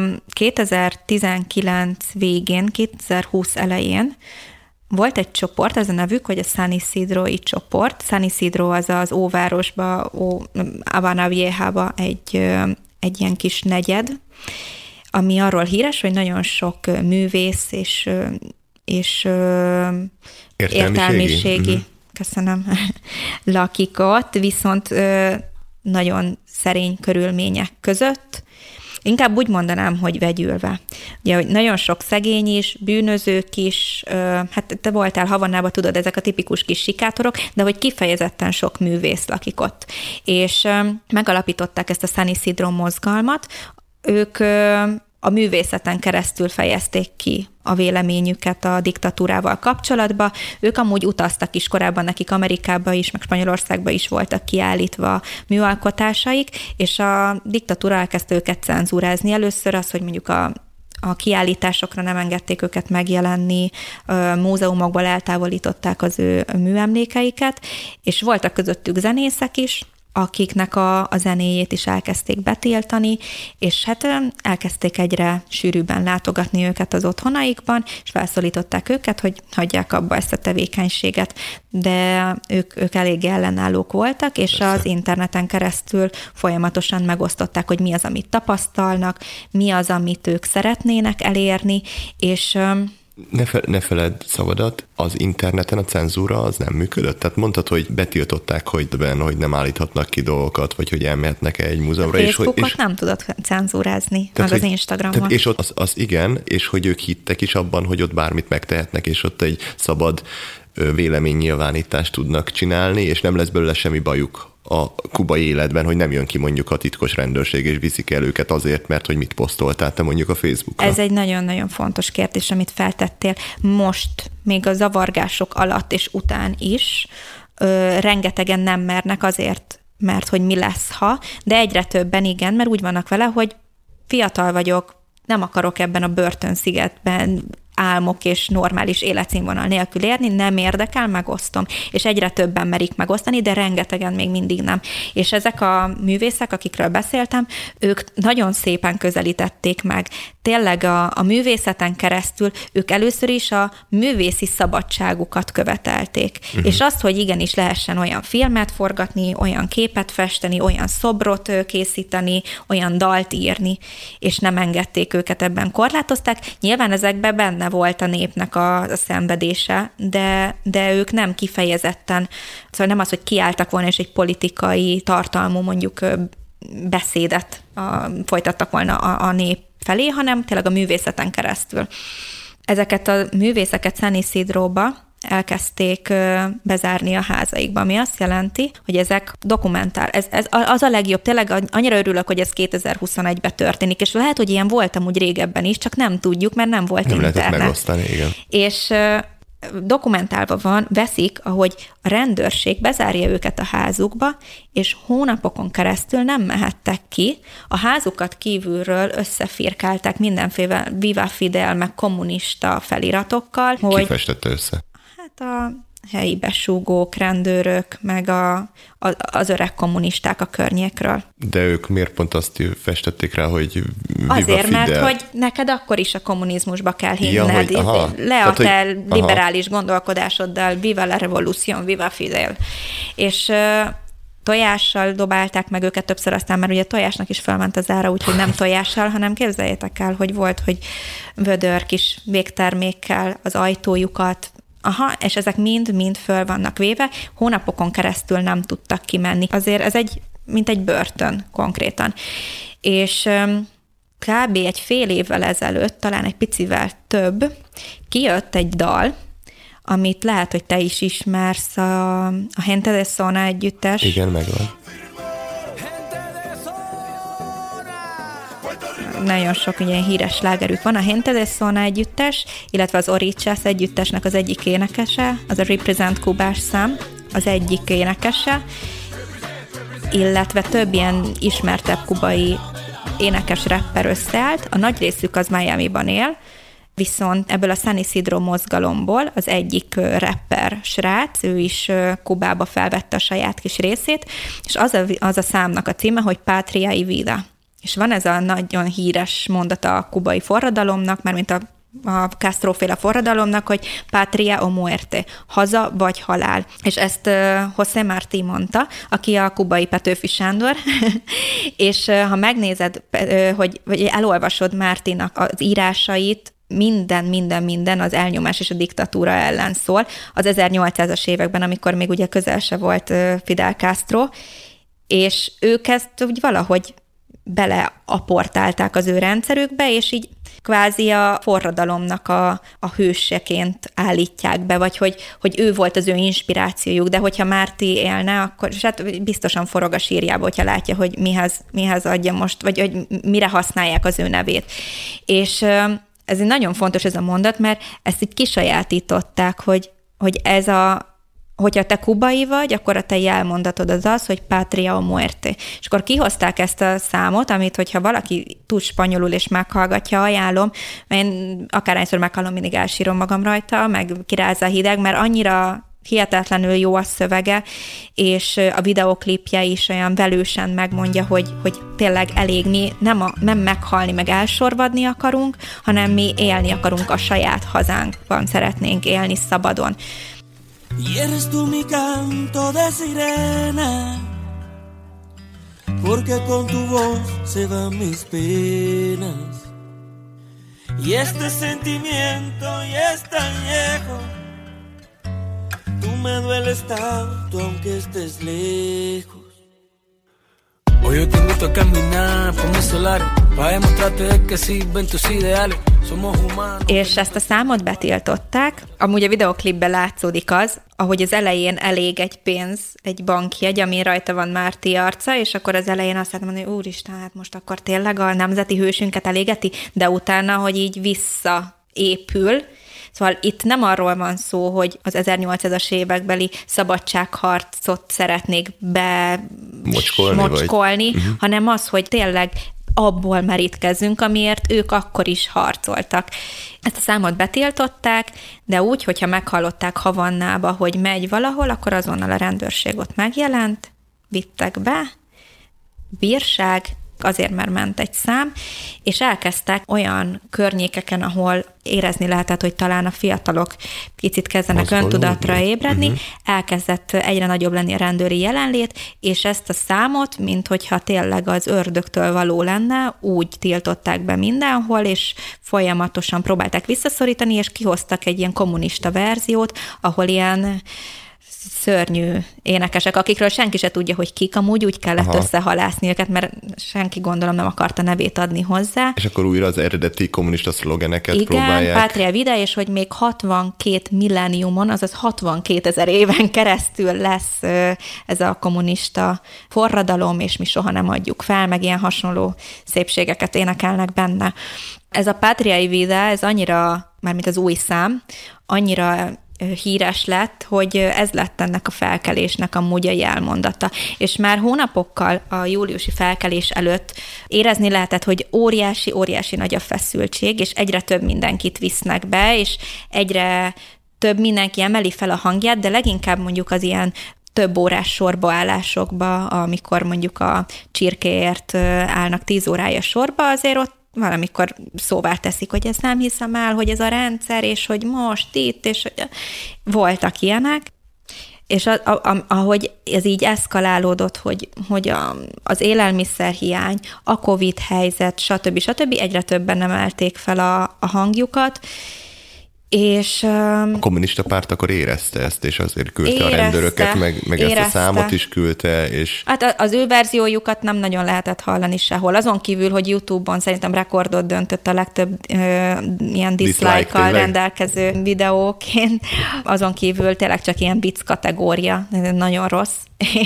2019 végén, 2020 elején volt egy csoport, ez a nevük, hogy a San Isidro-i csoport. San Isidro az az óvárosba, Habana Viejába egy ilyen kis negyed, ami arról híres, hogy nagyon sok művész és értelmiségi köszönöm, lakik ott, viszont nagyon szerény körülmények között. Inkább úgy mondanám, hogy vegyülve. Ugye, hogy nagyon sok szegény is, bűnözők is, hát te voltál Havannában, tudod, ezek a tipikus kis sikátorok, de hogy kifejezetten sok művész lakik ott. És megalapították ezt a San Isidro mozgalmat, ők a művészeten keresztül fejezték ki a véleményüket a diktatúrával kapcsolatban. Ők amúgy utaztak is korábban, nekik Amerikába is, meg Spanyolországba is voltak kiállítva műalkotásaik, és a diktatúra elkezdte őket cenzúrázni. Először az, hogy mondjuk a kiállításokra nem engedték őket megjelenni, múzeumokból eltávolították az ő műemlékeiket, és voltak közöttük zenészek is, akiknek a zenéjét is elkezdték betiltani, és hát elkezdték egyre sűrűbben látogatni őket az otthonaikban, és felszólították őket, hogy hagyják abba ezt a tevékenységet. De ők elég ellenállók voltak, és persze az interneten keresztül folyamatosan megosztották, hogy mi az, amit tapasztalnak, mi az, amit ők szeretnének elérni, és Ne feledd szabadat, az interneten a cenzúra az nem működött? Tehát mondtad, hogy betiltották, hogy nem állíthatnak ki dolgokat, vagy hogy elmehetnek egy múzeumra. A Facebookot nem tudod cenzúrázni, tehát, meg az Instagramon. És ott az igen, és hogy ők hittek is abban, hogy ott bármit megtehetnek, és ott egy szabad véleménynyilvánítást tudnak csinálni, és nem lesz belőle semmi bajuk. a kubai életben, hogy nem jön ki mondjuk a titkos rendőrség, és viszik el őket azért, mert hogy mit posztoltál te mondjuk a Facebookra? Ez egy nagyon-nagyon fontos kérdés, amit feltettél. Most, még a zavargások alatt és után is rengetegen nem mernek azért, mert hogy mi lesz, ha, de egyre többen igen, mert úgy vannak vele, hogy fiatal vagyok, nem akarok ebben a börtönszigetben álmok és normális életszínvonal nélkül érni, nem érdekel, megosztom. És egyre többen merik megosztani, de rengetegen még mindig nem. És ezek a művészek, akikről beszéltem, ők nagyon szépen közelítették meg. Tényleg a művészeten keresztül ők először is a művészi szabadságukat követelték. És azt, hogy igenis lehessen olyan filmet forgatni, olyan képet festeni, olyan szobrot készíteni, olyan dalt írni, és nem engedték őket, ebben korlátozták. Nyilván ezekben benne volt a népnek a szenvedése, de ők nem kifejezetten, szóval nem az, hogy kiálltak volna, és egy politikai tartalmú mondjuk beszédet folytattak volna a nép felé, hanem tényleg a művészeten keresztül. Ezeket a művészeket San Isidróba elkezdték bezárni a házaikba, ami azt jelenti, hogy ezek dokumentár. Ez az a legjobb, tényleg annyira örülök, hogy ez 2021-ben történik, és lehet, hogy ilyen voltam úgy régebben is, csak nem tudjuk, mert nem volt internet. Nem lehetett megosztani, igen. És dokumentálva veszik, ahogy a rendőrség bezárja őket a házukba, és hónapokon keresztül nem mehettek ki. A házukat kívülről összefirkálták mindenféle Viva Fidel, meg kommunista feliratokkal. Ki festette össze? Hát a helyi besúgók, rendőrök, meg az öreg kommunisták a környékről. De ők miért pont azt festették rá, hogy Viva Azért, Fidel? mert hogy neked akkor is a kommunizmusba kell hinned. Ja, le a te liberális gondolkodásoddal, Viva la Revolución, Viva Fidel. És tojással dobálták meg őket többször, aztán már ugye tojásnak is felment az ára, úgyhogy nem tojással, hanem képzeljétek el, hogy volt, hogy vödör kis végtermékkel az ajtójukat, és ezek mind föl vannak véve, hónapokon keresztül nem tudtak kimenni. Azért ez mint egy börtön konkrétan. És kb. Egy fél évvel ezelőtt, talán egy picivel több, kijött egy dal, amit lehet, hogy te is ismersz, a Gente de Zona együttes. Igen, megvan. Nagyon sok ilyen híres slágerük van. A Gente de Zona együttes, illetve az Orichas együttesnek az egyik énekese, az a Represent Kubás szám, az egyik énekese, illetve több ilyen ismertebb kubai énekes rapper összeállt. A nagy részük az Miamiban él, viszont ebből a San Isidro mozgalomból az egyik rapper srác, ő is Kubába felvette a saját kis részét, és az a számnak a címe, hogy Patria y Vida. És van ez a nagyon híres mondata a kubai forradalomnak, mármint a Castro-féle forradalomnak, hogy patria o muerte, haza vagy halál. És ezt José Martí mondta, aki a kubai Petőfi Sándor, és ha megnézed, vagy elolvasod Martínak az írásait, minden az elnyomás és a diktatúra ellen szól. Az 1800-as években, amikor még ugye közel se volt Fidel Castro, és ők ezt úgy valahogy beleaportálták az ő rendszerükbe, és így kvázi a forradalomnak a hőseként állítják be, vagy hogy ő volt az ő inspirációjuk, de hogyha Márti élne, akkor hát biztosan forog a sírjába, hogyha látja, hogy mihez adja most, vagy hogy mire használják az ő nevét. És ez egy nagyon fontos ez a mondat, mert ezt így kisajátították, hogy hogyha te kubai vagy, akkor a te jelmondatod az, hogy patria o muerte. És akkor kihozták ezt a számot, amit, hogyha valaki tud spanyolul és meghallgatja, ajánlom, mert én akárhányszor meghallom, mindig elsírom magam rajta, meg kirázza a hideg, mert annyira hihetetlenül jó a szövege, és a videoklipje is olyan velősen megmondja, hogy tényleg elég mi nem meghalni, meg elsorvadni akarunk, hanem mi élni akarunk a saját hazánkban, szeretnénk élni szabadon. Y eres tú mi canto de sirena, porque con tu voz se van mis penas. Y este sentimiento ya es tan viejo, tú me dueles tanto aunque estés lejos. Hoy yo te invito a caminar por mi solar, És ezt a számot betiltották. Amúgy a videoklipben látszódik az, ahogy az elején elég egy pénz, egy bankjegy, ami rajta van Márti arca, és akkor az elején azt lehet mondani, hogy úristen, hát most akkor tényleg a nemzeti hősünket elégeti, de utána, hogy így visszaépül. Szóval itt nem arról van szó, hogy az 1800-as évekbeli szabadságharcot szeretnék bemocskolni, hanem az, hogy tényleg abból merítkezzünk, amiért ők akkor is harcoltak. Ezt a számot betiltották, de úgy, hogyha meghallották Havannába, hogy megy valahol, akkor azonnal a rendőrség ott megjelent, vittek be, bírság, azért, mert ment egy szám, és elkezdtek olyan környékeken, ahol érezni lehetett, hogy talán a fiatalok picit kezdenek öntudatra ébredni, elkezdett egyre nagyobb lenni a rendőri jelenlét, és ezt a számot, mint hogyha tényleg az ördögtől való lenne, úgy tiltották be mindenhol, és folyamatosan próbálták visszaszorítani, és kihoztak egy ilyen kommunista verziót, ahol ilyen szörnyű énekesek, akikről senki se tudja, hogy kik, amúgy úgy kellett összehalászni őket, mert senki gondolom nem akarta nevét adni hozzá. És akkor újra az eredeti kommunista szlogeneket próbálják. Igen, Pátria Vida, és hogy még 62 millenniumon, azaz 62 000 éven keresztül lesz ez a kommunista forradalom, és mi soha nem adjuk fel, meg ilyen hasonló szépségeket énekelnek benne. Ez a Pátria Vida, ez annyira, mármint az új szám, annyira híres lett, hogy ez lett ennek a felkelésnek amúgy a jelmondata. És már hónapokkal a júliusi felkelés előtt érezni lehetett, hogy óriási nagy a feszültség, és egyre több mindenkit visznek be, és egyre több mindenki emeli fel a hangját, de leginkább mondjuk az ilyen több órás sorbaállásokba, amikor mondjuk a csirkéért állnak 10 órája sorba, azért ott valamikor szóvá teszik, hogy ezt nem hiszem el, hogy ez a rendszer, és hogy most itt, és hogy voltak ilyenek, és ahogy ez így eszkalálódott, hogy az élelmiszerhiány, a Covid helyzet, stb. Egyre többen emelték fel a hangjukat, és a kommunista párt akkor érezte ezt, és azért küldte a rendőröket, meg ezt a számot is küldte. És hát az ő verziójukat nem nagyon lehetett hallani sehol. Azon kívül, hogy YouTube-on szerintem rekordot döntött a legtöbb ilyen dislike-kal rendelkező videóként. Azon kívül tényleg csak ilyen vicc kategória. Nagyon rossz.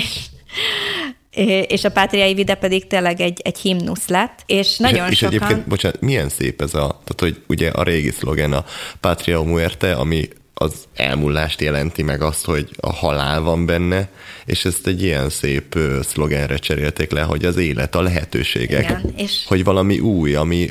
És a Pátriai Vida pedig tényleg egy himnusz lett, és nagyon és sokan... És egyébként, bocsánat, milyen szép ez tehát hogy ugye a régi szlogen a Patria Muerte, ami az elmúlást jelenti, meg azt, hogy a halál van benne, és ezt egy ilyen szép szlogenre cserélték le, hogy az élet, a lehetőségek, igen, és hogy valami új,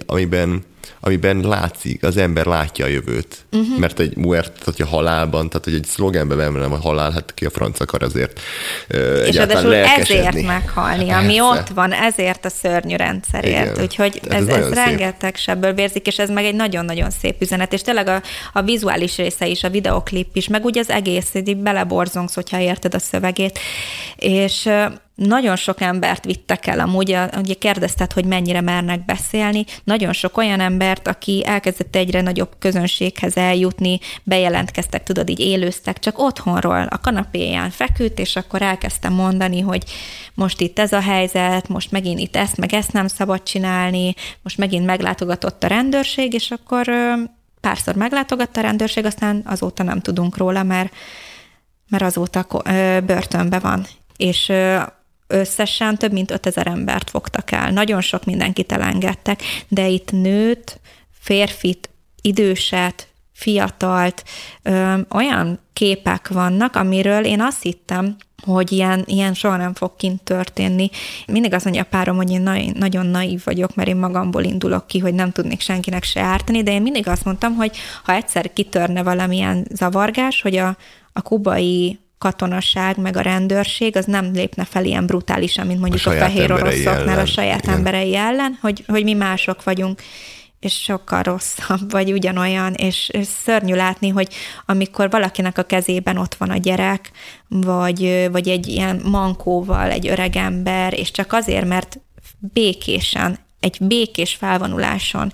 amiben látszik, az ember látja a jövőt. Mert egy muert, tehát a halálban, tehát hogy egy szlogenben emelem a halál, hát ki a franc akar azért és ráadásul ezért meghalni, ami ott van, ezért a szörnyű rendszerért. Igen. Úgyhogy ez rengeteg sebből vérzik, és ez meg egy nagyon-nagyon szép üzenet, és tényleg a vizuális része is, a videoklip is, meg úgy az egész, így beleborzongsz, hogyha érted a szövegét, és nagyon sok embert vittek el, amúgy ugye kérdezted, hogy mennyire mernek beszélni, nagyon sok olyan embert, aki elkezdett egyre nagyobb közönséghez eljutni, bejelentkeztek, tudod, így élőztek, csak otthonról a kanapéján feküdt, és akkor elkezdtem mondani, hogy most itt ez a helyzet, most megint itt ezt, meg ezt nem szabad csinálni, most megint meglátogatott a rendőrség, és akkor párszor meglátogatta a rendőrség, aztán azóta nem tudunk róla, mert azóta börtönbe van. És összesen több mint 5000 embert fogtak el. Nagyon sok mindenkit elengedtek, de itt nőt, férfit, időset, fiatalt, olyan képek vannak, amiről én azt hittem, hogy ilyen soha nem fog kint történni. Mindig azt mondja a párom, hogy én nagyon naív vagyok, mert én magamból indulok ki, hogy nem tudnék senkinek se ártani, de én mindig azt mondtam, hogy ha egyszer kitörne valamilyen zavargás, hogy a kubai katonaság, meg a rendőrség, az nem lépne fel ilyen brutálisan, mint mondjuk a fehér oroszoknál a saját emberei ellen, hogy mi mások vagyunk, és sokkal rosszabb, vagy ugyanolyan, és szörnyű látni, hogy amikor valakinek a kezében ott van a gyerek, vagy egy ilyen mankóval egy öreg ember, és csak azért, mert békésen, egy békés felvonuláson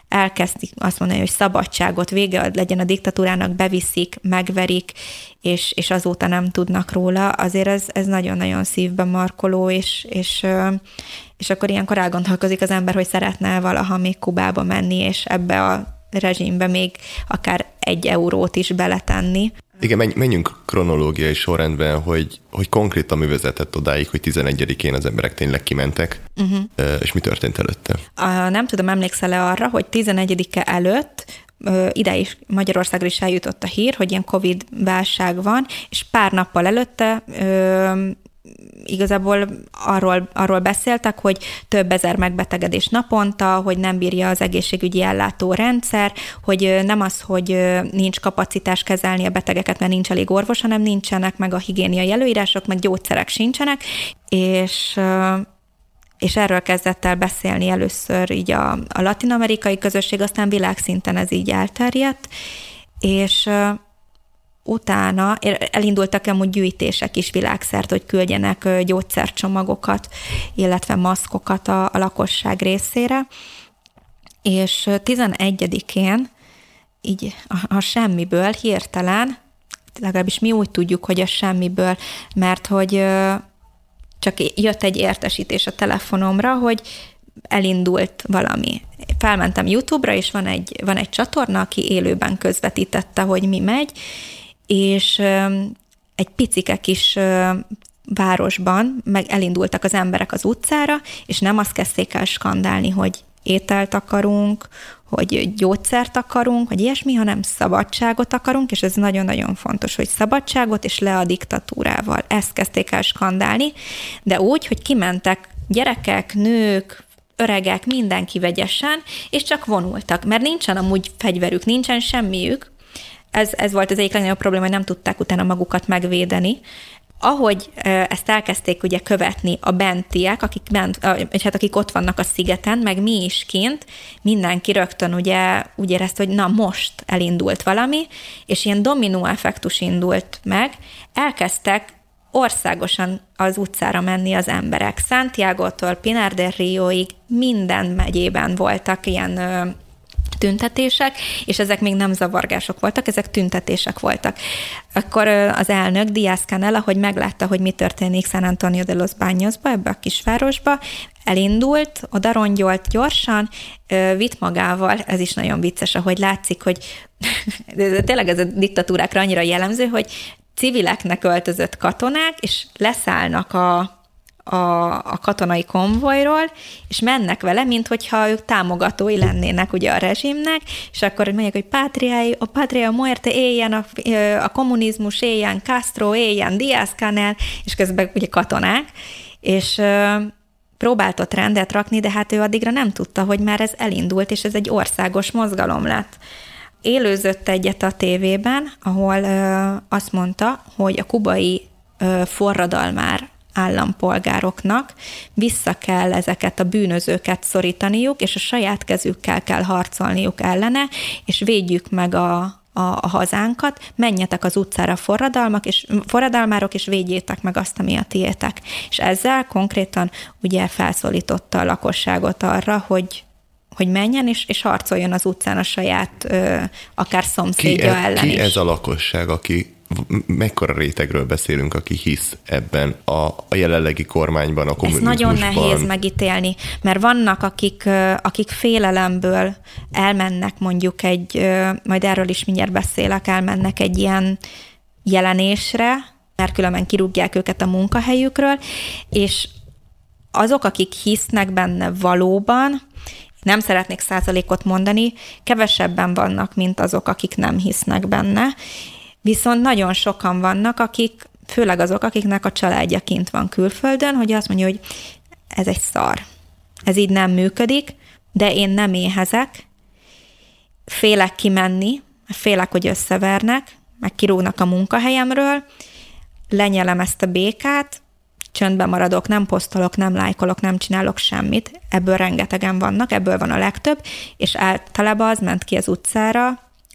elkezdik azt mondani, hogy szabadságot, vége legyen a diktatúrának, beviszik, megverik, és azóta nem tudnak róla, azért ez nagyon-nagyon szívbe markoló, és akkor ilyenkor elgondolkozik az ember, hogy szeretne valaha még Kubába menni, és ebbe a rezsimbe még akár 1 eurót is beletenni. Igen, menjünk kronológiai sorrendben, hogy konkrétan mi vezetett odáig, hogy 11-én az emberek tényleg kimentek, és mi történt előtte? Nem tudom, emlékszel-e arra, hogy 11-e előtt ide is Magyarországra is eljutott a hír, hogy ilyen Covid-válság van, és pár nappal előtte igazából arról beszéltek, hogy több ezer megbetegedés naponta, hogy nem bírja az egészségügyi ellátórendszer, hogy nem az, hogy nincs kapacitás kezelni a betegeket, mert nincs elég orvos, hanem nincsenek meg a higiéniai előírások, meg gyógyszerek sincsenek, és erről kezdett el beszélni először így a latin-amerikai közösség, aztán világszinten ez így elterjedt, és utána elindultak amúgy gyűjtések is világszerte, hogy küldjenek gyógyszercsomagokat, illetve maszkokat a lakosság részére, és 11-én így a semmiből hirtelen, legalábbis mi úgy tudjuk, hogy a semmiből, mert hogy csak jött egy értesítés a telefonomra, hogy elindult valami. Felmentem YouTube-ra, és van egy csatorna, aki élőben közvetítette, hogy mi megy, és egy picike kis városban meg elindultak az emberek az utcára, és nem azt kezdték el skandálni, hogy ételt akarunk, hogy gyógyszert akarunk, vagy ilyesmi, hanem szabadságot akarunk, és ez nagyon-nagyon fontos, hogy szabadságot és le a diktatúrával. Ezt kezdték el skandálni, de úgy, hogy kimentek gyerekek, nők, öregek, mindenki vegyesen, és csak vonultak, mert nincsen amúgy fegyverük, nincsen semmiük. Ez volt az egyik legnagyobb probléma, hogy nem tudták utána magukat megvédeni. Ahogy ezt elkezdték ugye követni a bentiek, akik ott vannak a szigeten, meg mi is kint, mindenki rögtön ugye úgy érezte, hogy na most elindult valami, és ilyen dominó effektus indult meg, elkezdtek országosan az utcára menni az emberek. Santiago-tól Pinar del Rioig minden megyében voltak ilyen tüntetések, és ezek még nem zavargások voltak, ezek tüntetések voltak. Akkor az elnök, Díaz-Canel, ahogy meglátta, hogy mi történik San Antonio de los Bañosba, ebbe a kisvárosba, elindult, oda rongyolt gyorsan, vitt magával, ez is nagyon vicces, ahogy látszik, hogy tényleg ez a diktatúrákra annyira jellemző, hogy civileknek öltözött katonák, és leszállnak a katonai konvojról, és mennek vele, mint hogyha ők támogatói lennének ugye a rezsimnek, és akkor mondják, hogy patria muerte, éljen a kommunizmus, éljen Castro, éljen Díaz-Canel, és közben ugye katonák, és próbált ott rendet rakni, de hát ő addigra nem tudta, hogy már ez elindult, és ez egy országos mozgalom lett. Élőzött egyet a tévében, ahol azt mondta, hogy a kubai forradalmár állampolgároknak vissza kell ezeket a bűnözőket szorítaniuk, és a saját kezükkel kell harcolniuk ellene, és védjük meg a hazánkat, menjetek az utcára forradalmárok, és védjétek meg azt, ami a tiétek. És ezzel konkrétan ugye felszólította a lakosságot arra, hogy menjen, és harcoljon az utcán a saját akár szomszédja ellen ki is. Ez a lakosság, mekkora rétegről beszélünk, aki hisz ebben a jelenlegi kormányban, a kommunizmusban? Ez nagyon nehéz megítélni, mert vannak, akik félelemből elmennek mondjuk majd erről is mindjárt beszélek, elmennek egy ilyen jelenésre, mert különben kirúgják őket a munkahelyükről, és azok, akik hisznek benne valóban, nem szeretnék százalékot mondani, kevesebben vannak, mint azok, akik nem hisznek benne, viszont nagyon sokan vannak, főleg azok, akiknek a családja kint van külföldön, hogy azt mondja, hogy ez egy szar. Ez így nem működik, de én nem éhezek, félek kimenni, félek, hogy összevernek, meg kirúgnak a munkahelyemről, lenyelem ezt a békát, csöndben maradok, nem posztolok, nem lájkolok, nem csinálok semmit. Ebből rengetegen vannak, ebből van a legtöbb, és általában az ment ki az utcára,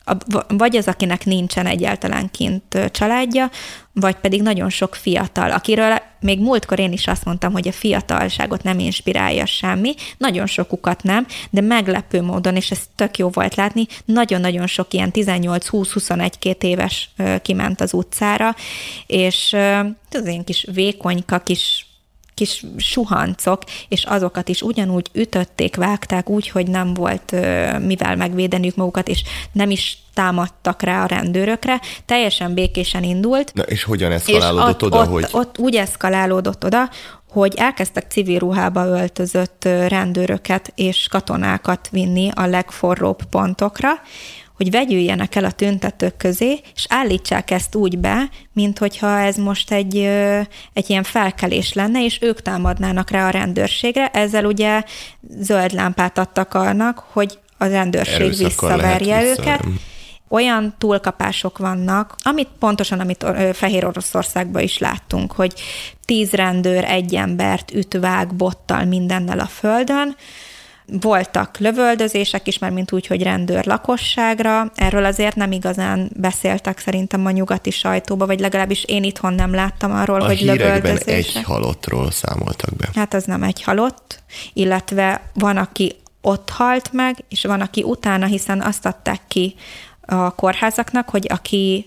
vagy az, akinek nincsen egyáltalán kint családja, vagy pedig nagyon sok fiatal, akiről még múltkor én is azt mondtam, hogy a fiatalságot nem inspirálja semmi, nagyon sokukat nem, de meglepő módon, és ez tök jó volt látni, nagyon-nagyon sok ilyen 18-20-21-2 éves kiment az utcára, és az ilyen kis vékonyka, kis suhancok, és azokat is ugyanúgy ütötték, vágták úgy, hogy nem volt mivel megvédeniük magukat, és nem is támadtak rá a rendőrökre, teljesen békésen indult. Na, és hogyan eszkalálódott oda, hogy... Ott úgy eszkalálódott oda, hogy elkezdtek civil ruhába öltözött rendőröket és katonákat vinni a legforróbb pontokra, hogy vegyüljenek el a tüntetők közé, és állítsák ezt úgy be, mint hogyha ez most egy ilyen felkelés lenne, és ők támadnának rá a rendőrségre. Ezzel ugye zöld lámpát adtak annak, hogy a rendőrség visszaverje őket. Olyan túlkapások vannak, amit Fehér Oroszországban is láttunk, hogy 10 rendőr egy embert üt, vág bottal mindennel a földön. Voltak lövöldözések is, mert mint úgy, hogy rendőr lakosságra. Erről azért nem igazán beszéltek szerintem a nyugati sajtóba, vagy legalábbis én itthon nem láttam arról, hogy lövöldözések. A hírekben egy halottról számoltak be. Hát az nem egy halott, illetve van, aki ott halt meg, és van, aki utána, hiszen azt adták ki a kórházaknak, hogy aki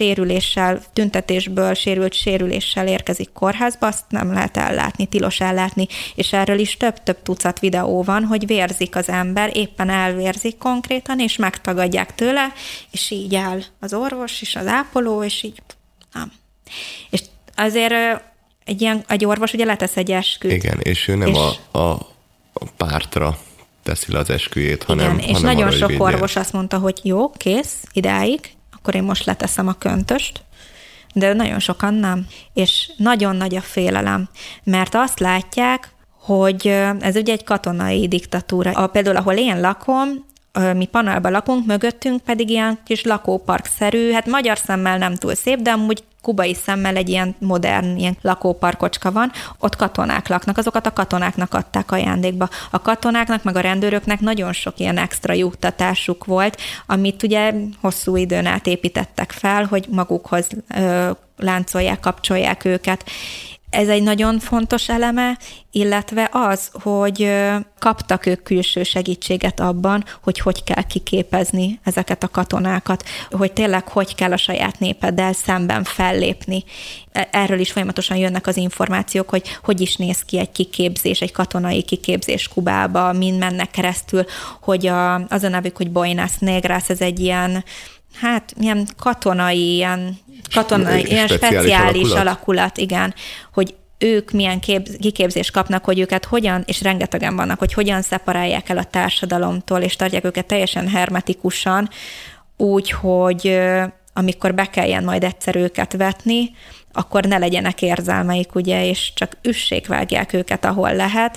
sérüléssel érkezik kórházba, azt nem lehet ellátni, tilos ellátni, és erről is több tucat videó van, hogy vérzik az ember, éppen elvérzik konkrétan, és megtagadják tőle, és így áll az orvos és az ápoló, és így nem. És azért egy orvos ugye letesz egy esküt. Igen, és ő nem a pártra teszi le az esküjét, hanem és nagyon sok orvos azt mondta, hogy jó, kész, idáig, akkor én most leteszem a köntöst, de nagyon sokan nem. És nagyon nagy a félelem, mert azt látják, hogy ez ugye egy katonai diktatúra. Például, ahol én lakom, mi panelban lakunk, mögöttünk pedig ilyen kis lakóparkszerű, hát magyar szemmel nem túl szép, de amúgy kubai szemmel egy ilyen modern, ilyen lakóparkocska van, ott katonák laknak, azokat a katonáknak adták ajándékba. A katonáknak, meg a rendőröknek nagyon sok ilyen extra juttatásuk volt, amit ugye hosszú időn át építettek fel, hogy magukhoz láncolják, kapcsolják őket. Ez egy nagyon fontos eleme, illetve az, hogy kaptak ők külső segítséget abban, hogy kell kiképezni ezeket a katonákat, hogy tényleg hogy kell a saját népeddel szemben fellépni. Erről is folyamatosan jönnek az információk, hogy is néz ki egy kiképzés, egy katonai kiképzés Kubába, mind mennek keresztül, hogy az a nevük, hogy Boinas Negras, ez egy ilyen ilyen katonai, ilyen speciális alakulat, igen, hogy ők milyen kiképzést kapnak, hogy őket hogyan, és rengetegen vannak, hogy hogyan szeparálják el a társadalomtól, és tartják őket teljesen hermetikusan, úgy, hogy amikor be kelljen majd egyszer őket vetni, akkor ne legyenek érzelmeik, ugye, és csak üssék-vágják őket, ahol lehet.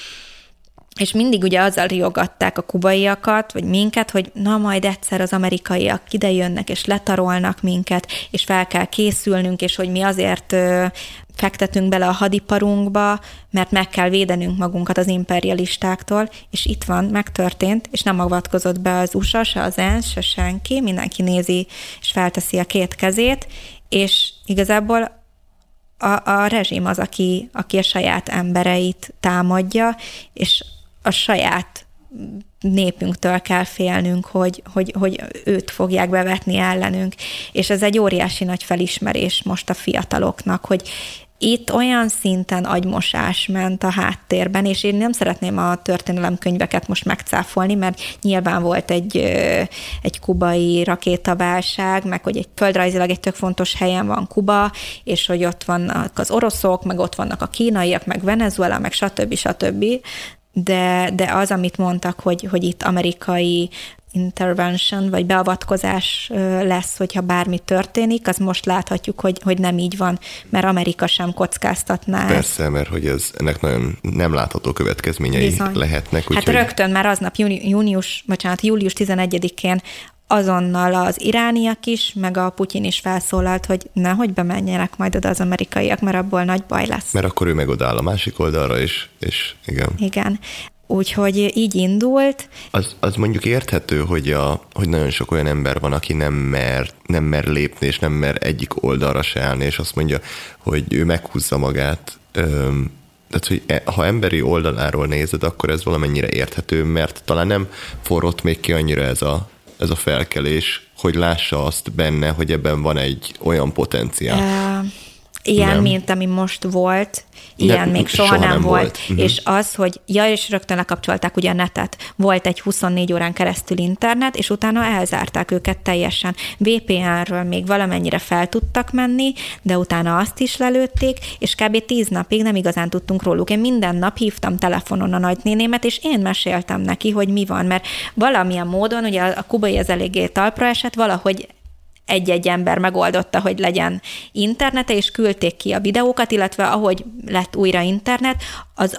És mindig ugye azzal riogatták a kubaiakat, vagy minket, hogy na majd egyszer az amerikaiak ide jönnek, és letarolnak minket, és fel kell készülnünk, és hogy mi azért fektetünk bele a hadiparunkba, mert meg kell védenünk magunkat az imperialistáktól, és itt van, megtörtént, és nem avatkozott be az USA, se az ENSZ, se senki, mindenki nézi, és felteszi a két kezét, és igazából a rezsim az, aki a saját embereit támadja, és a saját népünktől kell félnünk, hogy őt fogják bevetni ellenünk. És ez egy óriási nagy felismerés most a fiataloknak, hogy itt olyan szinten agymosás ment a háttérben, és én nem szeretném a történelemkönyveket most megcáfolni, mert nyilván volt egy kubai rakétaválság, meg hogy földrajzilag egy tök fontos helyen van Kuba, és hogy ott vannak az oroszok, meg ott vannak a kínaiak, meg Venezuela, meg stb. De az, amit mondtak, hogy itt amerikai intervention, vagy beavatkozás lesz, hogyha bármi történik, az most láthatjuk, hogy nem így van, mert Amerika sem kockáztatná. Persze, mert hogy ennek nagyon nem látható következményei bizony lehetnek. Hát rögtön már aznap július 11-én azonnal az irániak is, meg a Putyin is felszólalt, hogy nehogy bemenjenek majd oda az amerikaiak, mert abból nagy baj lesz. Mert akkor ő meg odaáll a másik oldalra is, és igen. Igen. Úgyhogy így indult. Az mondjuk érthető, hogy nagyon sok olyan ember van, aki nem mer lépni, és nem mer egyik oldalra se állni, és azt mondja, hogy ő meghúzza magát. Tehát, hogy ha emberi oldaláról nézed, akkor ez valamennyire érthető, mert talán nem forrott még ki annyira ez a felkelés, hogy lássa azt benne, hogy ebben van egy olyan potenciál. Ilyen, nem. Mint ami most volt, ilyen még soha nem volt. És az, hogy és rögtön lekapcsolták ugye a netet. Volt egy 24 órán keresztül internet, és utána elzárták őket teljesen. VPN-ről még valamennyire fel tudtak menni, de utána azt is lelőtték, és kb. 10 napig nem igazán tudtunk róluk. Én minden nap hívtam telefonon a nagynénémet, és én meséltem neki, hogy mi van, mert valamilyen módon, ugye a kubai ez eléggé talpra esett, valahogy egy-egy ember megoldotta, hogy legyen internete, és küldték ki a videókat, illetve ahogy lett újra internet, az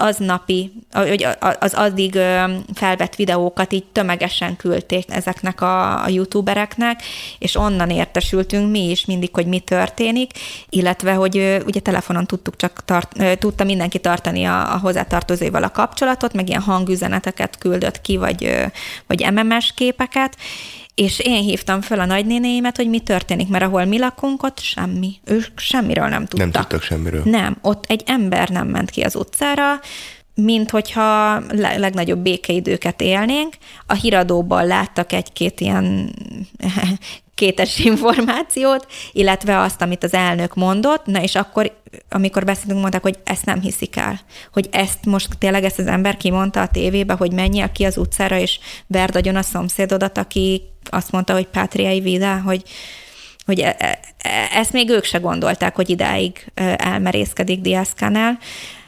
addig felvett videókat így tömegesen küldték ezeknek a youtubereknek, és onnan értesültünk mi is mindig, hogy mi történik, illetve, hogy ugye telefonon tudta mindenki tartani a hozzátartozóival a kapcsolatot, meg ilyen hangüzeneteket küldött ki, vagy MMS képeket, és én hívtam föl a nagynénéimet, hogy mi történik, mert ahol mi lakunk, ott semmi. Ők semmiről nem tudtak. Nem tudtak semmiről. Nem, ott egy ember nem ment ki az utcára, mint hogyha legnagyobb békeidőket élnénk. A híradóban láttak egy-két ilyen kétes információt, illetve azt, amit az elnök mondott, na és akkor, amikor beszéltünk, mondták, hogy ezt nem hiszik el. Hogy ezt most tényleg ezt az ember kimondta a tévébe, hogy menjél ki az utcára, és verd agyon a szomszédodat, aki azt mondta, hogy pátriai vida, hogy ezt még ők se gondolták, hogy idáig elmerészkedik Díaz-Canel.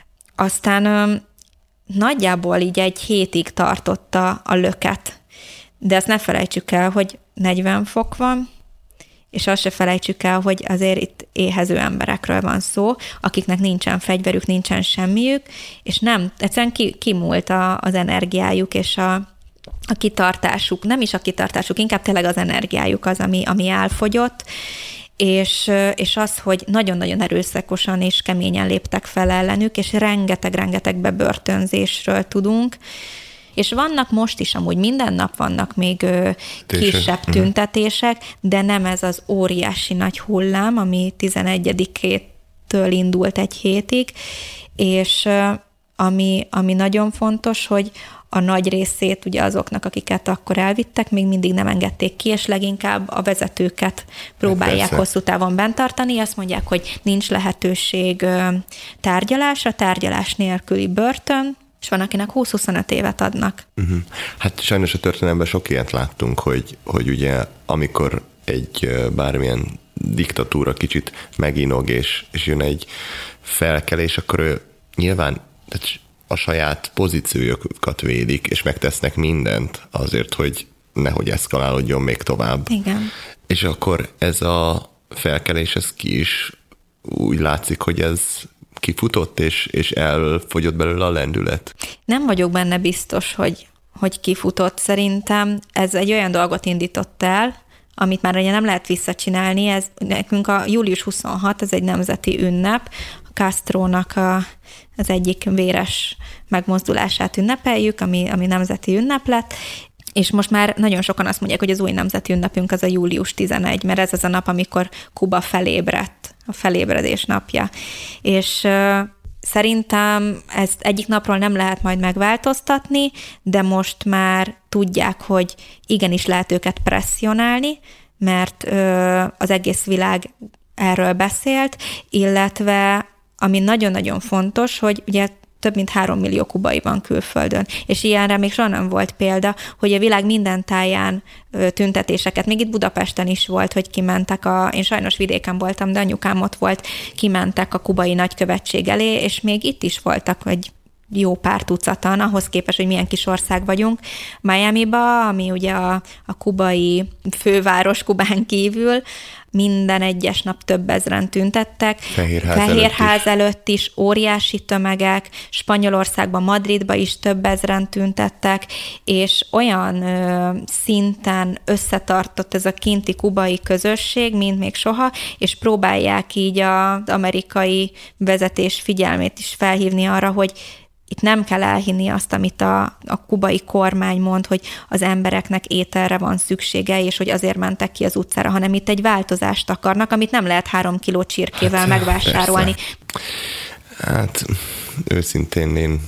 Aztán nagyjából így egy hétig tartotta a löket. De azt ne felejtsük el, hogy 40 fok van, és azt se felejtsük el, hogy azért itt éhező emberekről van szó, akiknek nincsen fegyverük, nincsen semmiük, és nem, egyszerűen kimúlt az energiájuk, és a kitartásuk, nem is a kitartásuk, inkább tényleg az energiájuk az, ami elfogyott, és az, hogy nagyon-nagyon erőszakosan és keményen léptek fel ellenük, és rengeteg bebörtönzésről tudunk, és vannak most is, amúgy minden nap vannak még kisebb tüntetések, de nem ez az óriási nagy hullám, ami 11-től indult egy hétig, és ami nagyon fontos, hogy a nagy részét ugye azoknak, akiket akkor elvittek, még mindig nem engedték ki, és leginkább a vezetőket próbálják hosszú távon bent tartani. Azt mondják, hogy nincs lehetőség tárgyalásra, tárgyalás nélküli börtön, és van, akinek 20-25 évet adnak. Hát sajnos a történelemben sok ilyet láttunk, hogy ugye amikor egy bármilyen diktatúra kicsit meginog, és jön egy felkelés, akkor ő nyilván a saját pozíciójukat védik, és megtesznek mindent azért, hogy nehogy eszkalálódjon még tovább. Igen. És akkor ez a felkelés, ez ki is úgy látszik, hogy ez kifutott, és elfogyott belőle a lendület. Nem vagyok benne biztos, hogy kifutott. Szerintem ez egy olyan dolgot indított el, amit már ugye nem lehet visszacsinálni. Ez nekünk a július 26, ez egy nemzeti ünnep, a Castrónak az egyik véres megmozdulását ünnepeljük, ami nemzeti ünnep lett, és most már nagyon sokan azt mondják, hogy az új nemzeti ünnepünk az a július 11, mert ez az a nap, amikor Kuba felébredt, a felébredés napja. És szerintem ezt egyik napról nem lehet majd megváltoztatni, de most már tudják, hogy igenis lehet őket presszionálni, mert az egész világ erről beszélt, illetve ami nagyon-nagyon fontos, hogy ugye több mint 3 millió kubai van külföldön. És ilyenre még soha nem volt példa, hogy a világ minden táján tüntetéseket, még itt Budapesten is volt, hogy kimentek én sajnos vidéken voltam, de anyukám ott volt, kimentek a kubai nagykövetség elé, és még itt is voltak, hogy jó pár tucatan, ahhoz képest, hogy milyen kis ország vagyunk. Miamiba, ami ugye a kubai főváros Kubán kívül, minden egyes nap több ezren tüntettek. Fehérház előtt is óriási tömegek, Spanyolországban, Madridban is több ezren tüntettek, és olyan szinten összetartott ez a kinti kubai közösség, mint még soha, és próbálják így az amerikai vezetés figyelmét is felhívni arra, hogy itt nem kell elhinni azt, amit a kubai kormány mond, hogy az embereknek ételre van szüksége, és hogy azért mentek ki az utcára, hanem itt egy változást akarnak, amit nem lehet 3 kiló csirkével megvásárolni. Persze. Hát őszintén én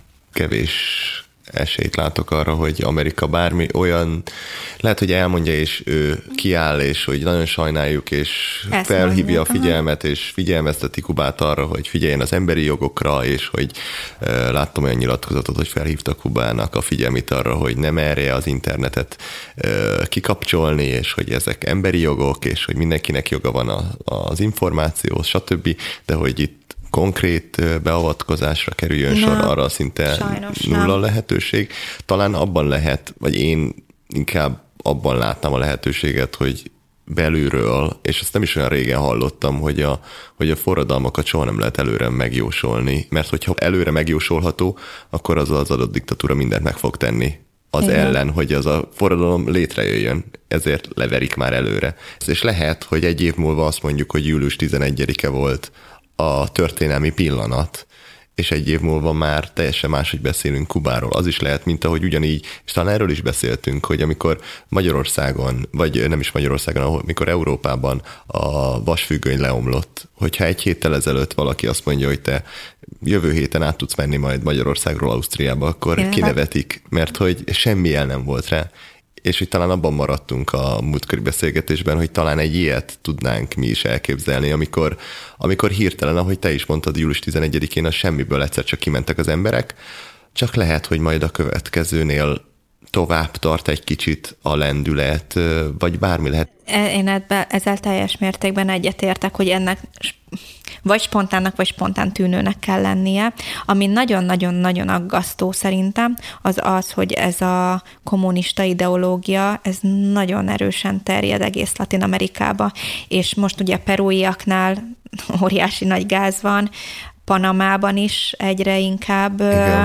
kevés esélyt látok arra, hogy Amerika bármi olyan, lehet, hogy elmondja, és ő kiáll, és hogy nagyon sajnáljuk, és ezt felhívja mondjuk a figyelmet, és figyelmezteti Kubát arra, hogy figyeljen az emberi jogokra, és hogy láttam olyan nyilatkozatot, hogy felhívta Kubának a figyelmét arra, hogy nem merje az internetet kikapcsolni, és hogy ezek emberi jogok, és hogy mindenkinek joga van az információhoz, stb., de hogy itt konkrét beavatkozásra kerüljön sor, arra szinte nulla lehetőség. Talán abban lehet, vagy én inkább abban láttam a lehetőséget, hogy belülről, és ezt nem is olyan régen hallottam, hogy a forradalmakat soha nem lehet előre megjósolni, mert hogyha előre megjósolható, akkor az adott diktatúra mindent meg fog tenni az ellen, hogy az a forradalom létrejöjjön, ezért leverik már előre. És lehet, hogy egy év múlva azt mondjuk, hogy július 11-e volt a történelmi pillanat, és egy év múlva már teljesen máshogy beszélünk Kubáról. Az is lehet, mint ahogy ugyanígy, és talán erről is beszéltünk, hogy amikor Magyarországon, vagy nem is Magyarországon, ahol, mikor Európában a vasfüggöny leomlott, hogyha egy héttel ezelőtt valaki azt mondja, hogy te jövő héten át tudsz menni majd Magyarországról Ausztriába, akkor kinevetik, mert hogy semmi jel nem volt rá. És hogy talán abban maradtunk a múltkori beszélgetésben, hogy talán egy ilyet tudnánk mi is elképzelni, amikor hirtelen, ahogy te is mondtad, július 11-én a semmiből egyszer csak kimentek az emberek, csak lehet, hogy majd a következőnél tovább tart egy kicsit a lendület, vagy bármi lehet. Én ezzel teljes mértékben egyetértek, hogy ennek vagy spontánnak, vagy spontán tűnőnek kell lennie. Ami nagyon-nagyon-nagyon aggasztó szerintem, az, hogy ez a kommunista ideológia, ez nagyon erősen terjed egész Latin-Amerikába, és most ugye a perúiaknál óriási nagy gáz van, Panamában is egyre inkább...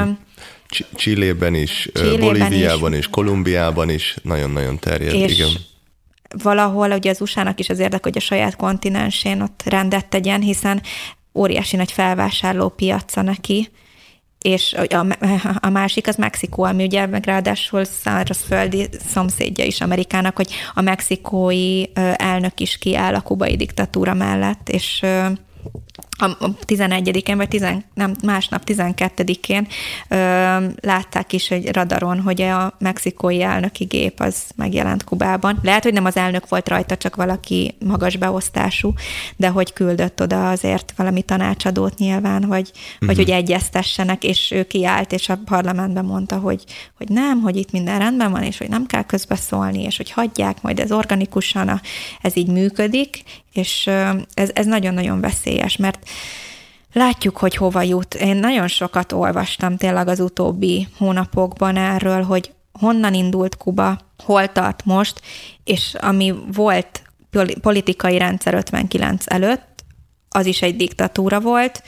Chilében is, Bolíviában is, Kolumbiában is nagyon-nagyon terjed, igen. Valahol ugye az USA-nak is az érdek, hogy a saját kontinensén ott rendet tegyen, hiszen óriási nagy felvásárló piaca neki, és a másik az Mexikó, ami ugye meg ráadásul szárazföldi szomszédja is Amerikának, hogy a mexikói elnök is kiáll a kubai diktatúra mellett, és a 11-én, vagy másnap 12-én látták is egy radaron, hogy a mexikói elnöki gép az megjelent Kubában. Lehet, hogy nem az elnök volt rajta, csak valaki magas beosztású, de hogy küldött oda azért valami tanácsadót nyilván, vagy hogy egyeztessenek, és ő kiállt, és a parlamentben mondta, hogy nem, hogy itt minden rendben van, és hogy nem kell közbeszólni, és hogy hagyják, majd ez organikusan, ez így működik, és ez nagyon-nagyon veszélyes, mert látjuk, hogy hova jut. Én nagyon sokat olvastam tényleg az utóbbi hónapokban erről, hogy honnan indult Kuba, hol tart most, és ami volt politikai rendszer 59 előtt, az is egy diktatúra volt.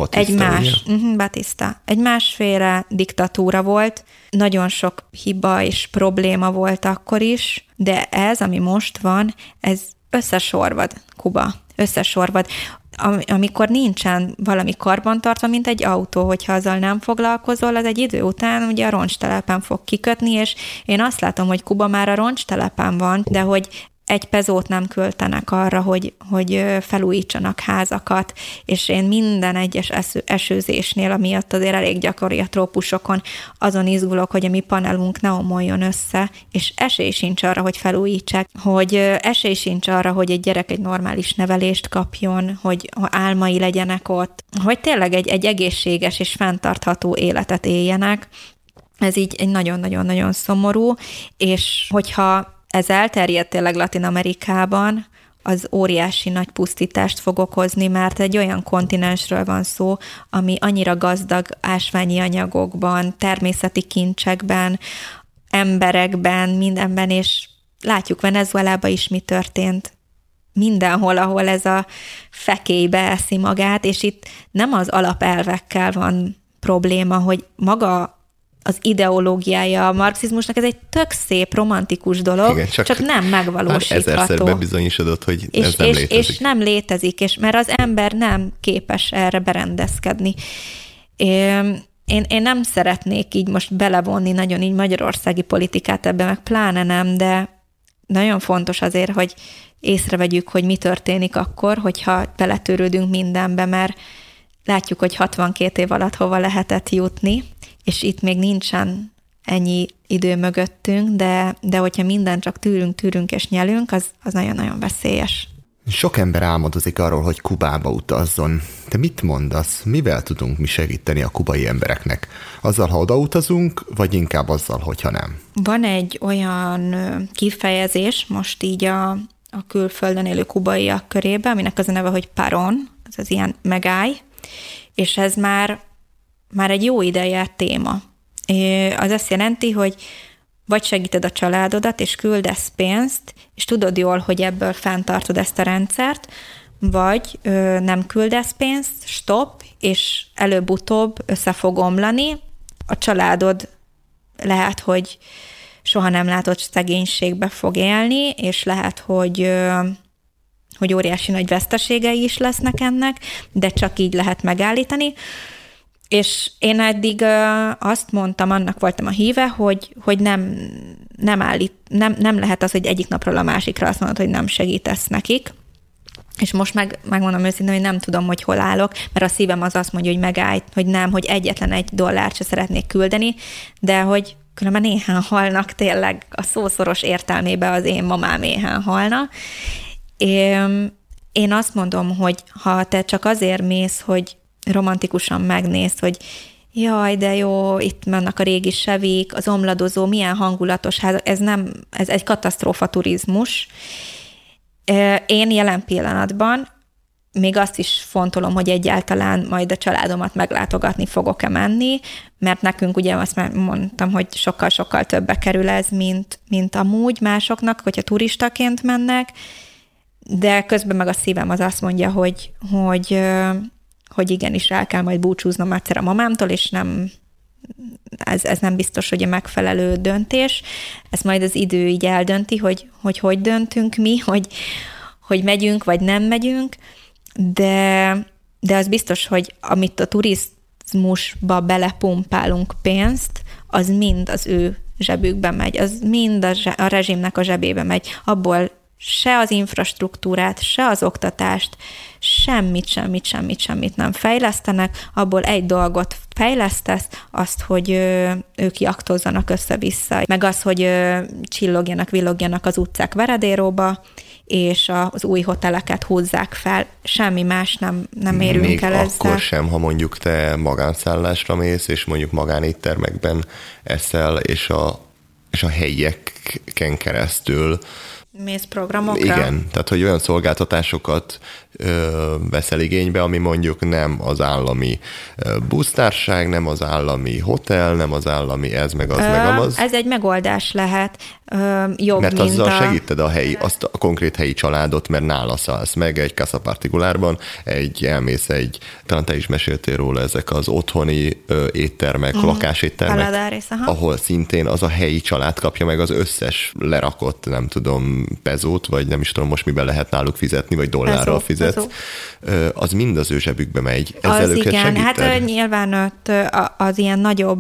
Batista. Egy másféle diktatúra volt, nagyon sok hiba és probléma volt akkor is, de ez, ami most van, ez összesorvad Kuba. Összesorvad. Amikor nincsen valami karbantartva, mint egy autó, hogyha azzal nem foglalkozol, az egy idő után ugye a roncstelepen fog kikötni, és én azt látom, hogy Kuba már a roncstelepen van, de hogy egy pezót nem költenek arra, hogy felújítsanak házakat, és én minden egyes esőzésnél, amiatt azért elég gyakori a trópusokon, azon izgulok, hogy a mi panelunk ne omoljon össze, és esély sincs arra, hogy felújítsák, hogy esély sincs arra, hogy egy gyerek egy normális nevelést kapjon, hogy álmai legyenek ott, hogy tényleg egy egészséges és fenntartható életet éljenek. Ez így egy nagyon-nagyon-nagyon szomorú, és hogyha ez elterjedt tényleg Latin-Amerikában, az óriási nagy pusztítást fog okozni, mert egy olyan kontinensről van szó, ami annyira gazdag ásványi anyagokban, természeti kincsekben, emberekben, mindenben, és látjuk Venezuelában is mi történt. Mindenhol, ahol ez a fekély beeszi magát, és itt nem az alapelvekkel van probléma, hogy maga az ideológiája a marxizmusnak, ez egy tök szép, romantikus dolog, igen, csak nem megvalósítható. Ezerszer bebizonyosodott, hogy ez nem létezik. És nem létezik, mert az ember nem képes erre berendezkedni. én nem szeretnék így most belevonni nagyon így magyarországi politikát ebbe, meg pláne nem, de nagyon fontos azért, hogy észrevegyük, hogy mi történik akkor, hogyha beletörődünk mindenbe, mert látjuk, hogy 62 év alatt hova lehetett jutni, és itt még nincsen ennyi idő mögöttünk, de hogyha minden csak tűrünk és nyelünk, az nagyon-nagyon veszélyes. Sok ember álmodozik arról, hogy Kubába utazzon. Te mit mondasz? Mivel tudunk mi segíteni a kubai embereknek? Azzal, ha odautazunk, vagy inkább azzal, hogyha nem? Van egy olyan kifejezés most így a külföldön élő kubaiak körében, aminek az a neve, hogy paron, az ilyen megállj, és ez már egy jó ideje téma. Az azt jelenti, hogy vagy segíted a családodat, és küldesz pénzt, és tudod jól, hogy ebből fenntartod ezt a rendszert, vagy nem küldesz pénzt, stop, és előbb-utóbb össze fog omlani. A családod lehet, hogy soha nem látott szegénységbe fog élni, és lehet, hogy óriási nagy veszteségei is lesznek ennek, de csak így lehet megállítani. És én eddig azt mondtam, annak voltam a híve, hogy nem lehet az, hogy egyik napról a másikra azt mondod, hogy nem segítesz nekik. És most megmondom őszintén, hogy nem tudom, hogy hol állok, mert a szívem az azt mondja, hogy megállj, hogy nem, hogy egyetlen $1 se szeretnék küldeni, de hogy különben éhen halnak tényleg a szószoros értelmében az én mamám éhen halna. Én azt mondom, hogy ha te csak azért mész, hogy romantikusan megnézd, hogy jaj, de jó, itt vannak a régi sevik, az omladozó, milyen hangulatos ház, ez egy katasztrófa turizmus. Én jelen pillanatban még azt is fontolom, hogy egyáltalán majd a családomat meglátogatni fogok-e menni, mert nekünk ugye azt már mondtam, hogy sokkal-sokkal többe kerül ez, mint amúgy másoknak, hogyha turistaként mennek, de közben meg a szívem az azt mondja, hogy igenis el kell majd búcsúznom egyszer a mamámtól, és ez nem biztos, hogy a megfelelő döntés. Ezt majd az idő így eldönti, hogy döntünk mi, hogy megyünk, vagy nem megyünk, de az biztos, hogy amit a turizmusba belepumpálunk pénzt, az mind az ő zsebükbe megy, az mind a rezsimnek a zsebébe megy. Abból se az infrastruktúrát, se az oktatást, semmit nem fejlesztenek, abból egy dolgot fejlesztesz, azt, hogy ők jaktozzanak össze-vissza, meg az, hogy csillogjanak, villogjanak az utcák Veradéróba, és az új hoteleket húzzák fel. Semmi más nem érünk még el ezzel. Akkor sem, ha mondjuk te magánszállásra mész, és mondjuk magánéttermekben eszel, és a helyieken keresztül mész programokra? Igen, tehát hogy olyan szolgáltatásokat veszel igénybe, ami mondjuk nem az állami busztárság, nem az állami hotel, nem az állami ez, meg az, meg amaz. Ez egy megoldás lehet. Jobb, mert mint azzal segíted azt a konkrét helyi családot, mert nála szállsz meg egy Casa Particulárban, elmész talán te is meséltél róla, ezek az otthoni éttermek, lakáséttermek, ahol szintén az a helyi család kapja meg az összes lerakott, nem tudom, pezót, vagy nem is tudom most miben lehet náluk fizetni, vagy dollárral fizetsz. Az mind az ő zsebükbe megy. Ezzel az őket igen, segíted? hát nyilván ott az ilyen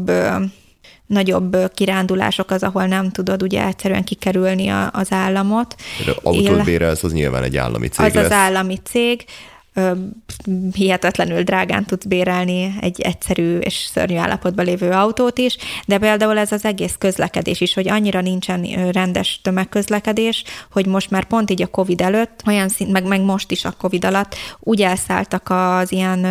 nagyobb kirándulások az, ahol nem tudod ugye egyszerűen kikerülni az államot. Autót bérelsz, az nyilván egy állami cég az lesz. Az állami cég. Hihetetlenül drágán tudsz bérelni egy egyszerű és szörnyű állapotban lévő autót is, de például ez az egész közlekedés is, hogy annyira nincsen rendes tömegközlekedés, hogy most már pont így a Covid előtt, olyan szint, meg most is a Covid alatt úgy elszálltak az ilyen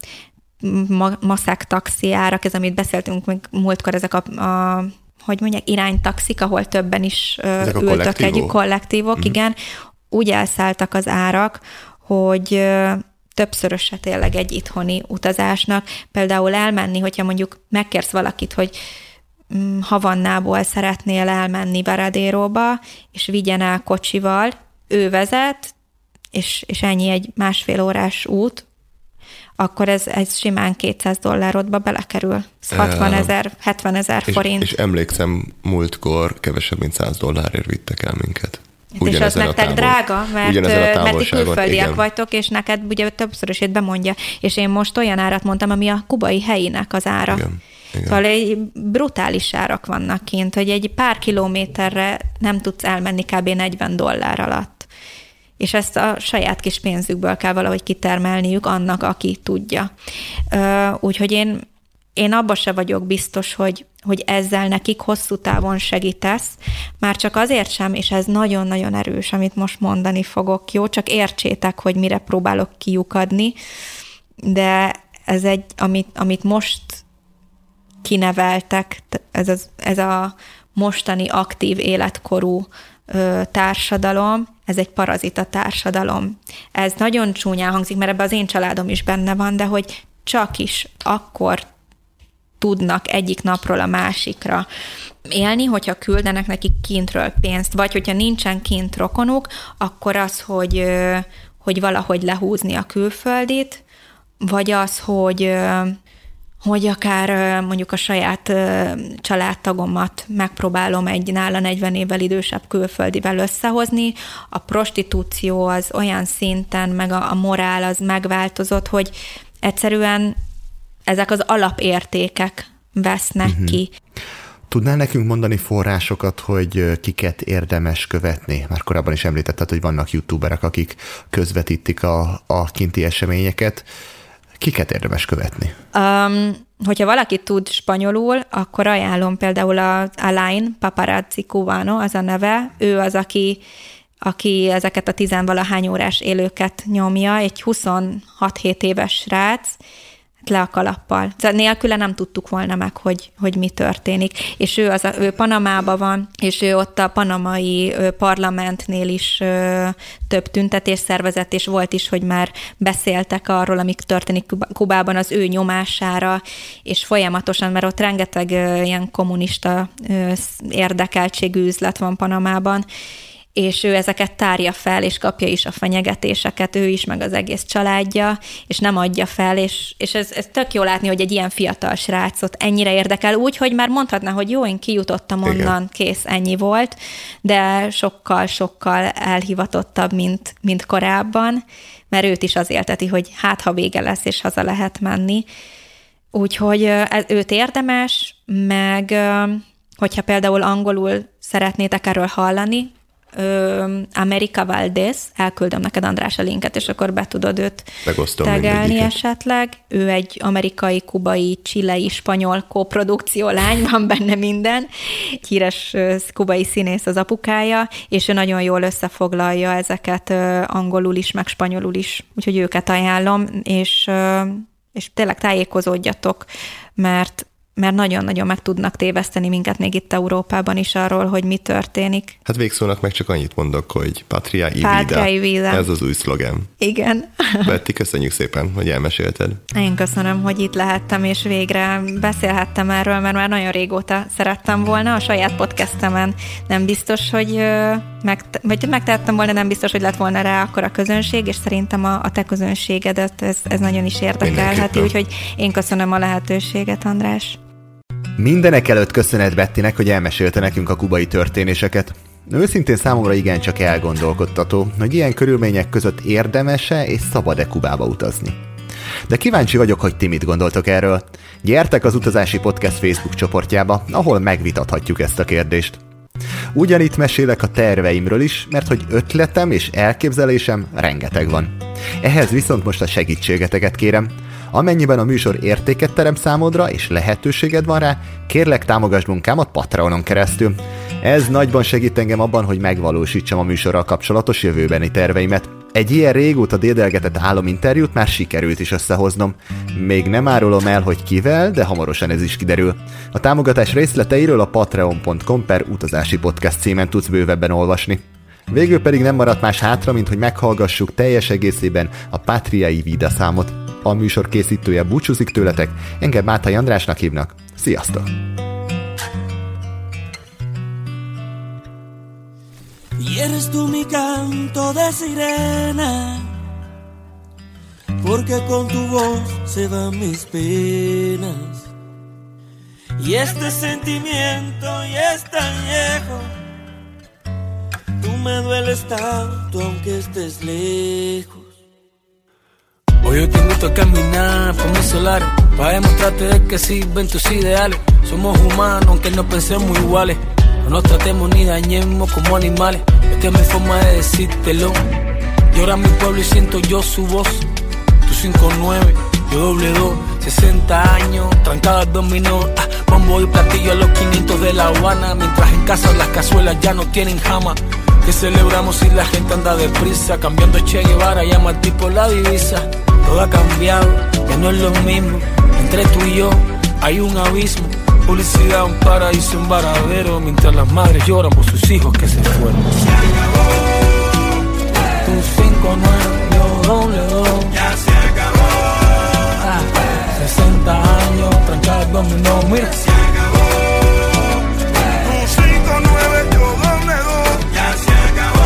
maszák taxiárak, ez amit beszéltünk még múltkor, ezek hogy mondják, iránytaxik, ahol többen is ültök egy kollektívok, igen, úgy elszálltak az árak, hogy többszöröse tényleg egy itthoni utazásnak. Például elmenni, hogyha mondjuk megkérsz valakit, hogy Havannából szeretnél elmenni Veradéróba, és vigyen el kocsival, ő vezet, és ennyi egy 1,5 órás út, akkor ez simán $200 belekerül. Ez 70 000 forint. És emlékszem, múltkor kevesebb, mint $100 vittek el minket. És az nektek drága, mert ti külföldiek vagytok, és neked ugye többszörösét bemondja. És én most olyan árat mondtam, ami a kubai helyinek az ára. Igen. Szóval egy brutális árak vannak kint, hogy egy pár kilométerre nem tudsz elmenni kb. $40 alatt. És ezt a saját kis pénzükből kell valahogy kitermelniük annak, aki tudja. Úgyhogy én abban se vagyok biztos, hogy ezzel nekik hosszú távon segítesz, már csak azért sem, és ez nagyon-nagyon erős, amit most mondani fogok, jó? Csak értsétek, hogy mire próbálok kiukadni, de ez amit most kineveltek, ez a mostani aktív életkorú társadalom, ez egy parazita társadalom. Ez nagyon csúnyán hangzik, mert ebben az én családom is benne van, de hogy csak is akkor tudnak egyik napról a másikra élni, hogyha küldenek nekik kintről pénzt, vagy hogyha nincsen kint rokonuk, akkor az, hogy valahogy lehúzni a külföldit, vagy az, hogy akár mondjuk a saját családtagomat megpróbálom egy nála 40 évvel idősebb külföldivel összehozni. A prostitúció az olyan szinten, meg a morál az megváltozott, hogy egyszerűen ezek az alapértékek vesznek ki. Tudnál nekünk mondani forrásokat, hogy kiket érdemes követni? Már korábban is említetted, hogy vannak youtuberek, akik közvetítik a kinti eseményeket. Kiket érdemes követni? Hogyha valaki tud spanyolul, akkor ajánlom például az Alain Paparazzi Cubano, az a neve. Ő az, aki ezeket a 10-valahány órás élőket nyomja, egy 26-7 éves srác, le a kalappal. Nélküle nem tudtuk volna meg, hogy mi történik. És ő Panamában van, és ő ott a panamai parlamentnél is több tüntetést szervezett, és volt is, hogy már beszéltek arról, amik történik Kubában az ő nyomására, és folyamatosan, mert ott rengeteg ilyen kommunista érdekeltségű üzlet van Panamában, és ő ezeket tárja fel, és kapja is a fenyegetéseket, ő is, meg az egész családja, és nem adja fel, és ez tök jó látni, hogy egy ilyen fiatal srácot ennyire érdekel, úgy, hogy már mondhatná, hogy jó, én kijutottam onnan, kész, ennyi volt, de sokkal-sokkal elhivatottabb, mint korábban, mert őt is az élteti, hogy hát, ha vége lesz, és haza lehet menni. Úgyhogy őt érdemes, meg hogyha például angolul szeretnétek erről hallani, America Valdez, elküldöm neked, András, a linket, és akkor be tudod őt tegelni esetleg. Ő egy amerikai, kubai, chilei, spanyol koprodukció lány, van benne minden. Híres kubai színész az apukája, és ő nagyon jól összefoglalja ezeket angolul is, meg spanyolul is. Úgyhogy őket ajánlom, és tényleg tájékozódjatok, mert nagyon-nagyon meg tudnak téveszteni minket még itt Európában is arról, hogy mi történik. Hát végszónak meg csak annyit mondok, hogy Patria y Vida. Ez az új szlogen. Igen. Betty, köszönjük szépen, hogy elmesélted. Én köszönöm, hogy itt lehettem, és végre beszélhettem erről, mert már nagyon régóta szerettem volna. A saját podcastemen nem biztos, hogy megtettem volna, nem biztos, hogy lett volna rá akkor a közönség, és szerintem a te közönségedet ez nagyon is érdekelheti, úgyhogy én köszönöm a lehetőséget, András. Mindenek előtt köszönet Bettinek, hogy elmesélte nekünk a kubai történéseket. Őszintén számomra igencsak elgondolkodtató, hogy ilyen körülmények között érdemes-e és szabad-e Kubába utazni. De kíváncsi vagyok, hogy ti mit gondoltok erről. Gyertek az Utazási Podcast Facebook csoportjába, ahol megvitathatjuk ezt a kérdést. Ugyanitt mesélek a terveimről is, mert hogy ötletem és elképzelésem rengeteg van. Ehhez viszont most a segítségeteket kérem. Amennyiben a műsor értéket terem számodra és lehetőséged van rá, kérlek támogasd munkámat Patreonon keresztül. Ez nagyban segít engem abban, hogy megvalósítsam a műsorral kapcsolatos jövőbeni terveimet. Egy ilyen régóta dédelgetett álominterjút már sikerült is összehoznom. Még nem árulom el, hogy kivel, de hamarosan ez is kiderül. A támogatás részleteiről a patreon.com/utazási podcast címen tudsz bővebben olvasni. Végül pedig nem maradt más hátra, mint hogy meghallgassuk teljes egészében a Patria y Vida számot. A műsor készítője búcsúzik tőletek, engem Mátai Andrásnak hívnak. Sziasztok! Y eres tú mi canto de sirena, porque con tu voz se van mis penas. Y este sentimiento ya es tan viejo, tú me dueles tanto aunque estés lejos. Hoy yo te invito a caminar por mis solares, para demostrarte de que sirven tus ideales. Somos humanos aunque no pensemos iguales, no nos tratemos ni dañemos como animales. Esta es mi forma de decírtelo. Llora mi pueblo y siento yo su voz. Tú 5'9", yo doble 2, 60 años, trancada al dominó. Bombo y platillo a los 500 de La Habana, mientras en casa las cazuelas ya no tienen jama. Que celebramos si la gente anda deprisa, cambiando Che Guevara, llama al tipo la divisa. Todo ha cambiado, ya no es lo mismo. Entre tú y yo hay un abismo. Publicidad, un paraíso, un varadero, mientras las madres lloran por sus hijos que se fueron. Se acabó. Tú 5'9", yo doble 2. Ya se acabó. 60 años, trancada al dominó, mira. Se acabó. Tú 5'9", yo doble 2. Ya se acabó.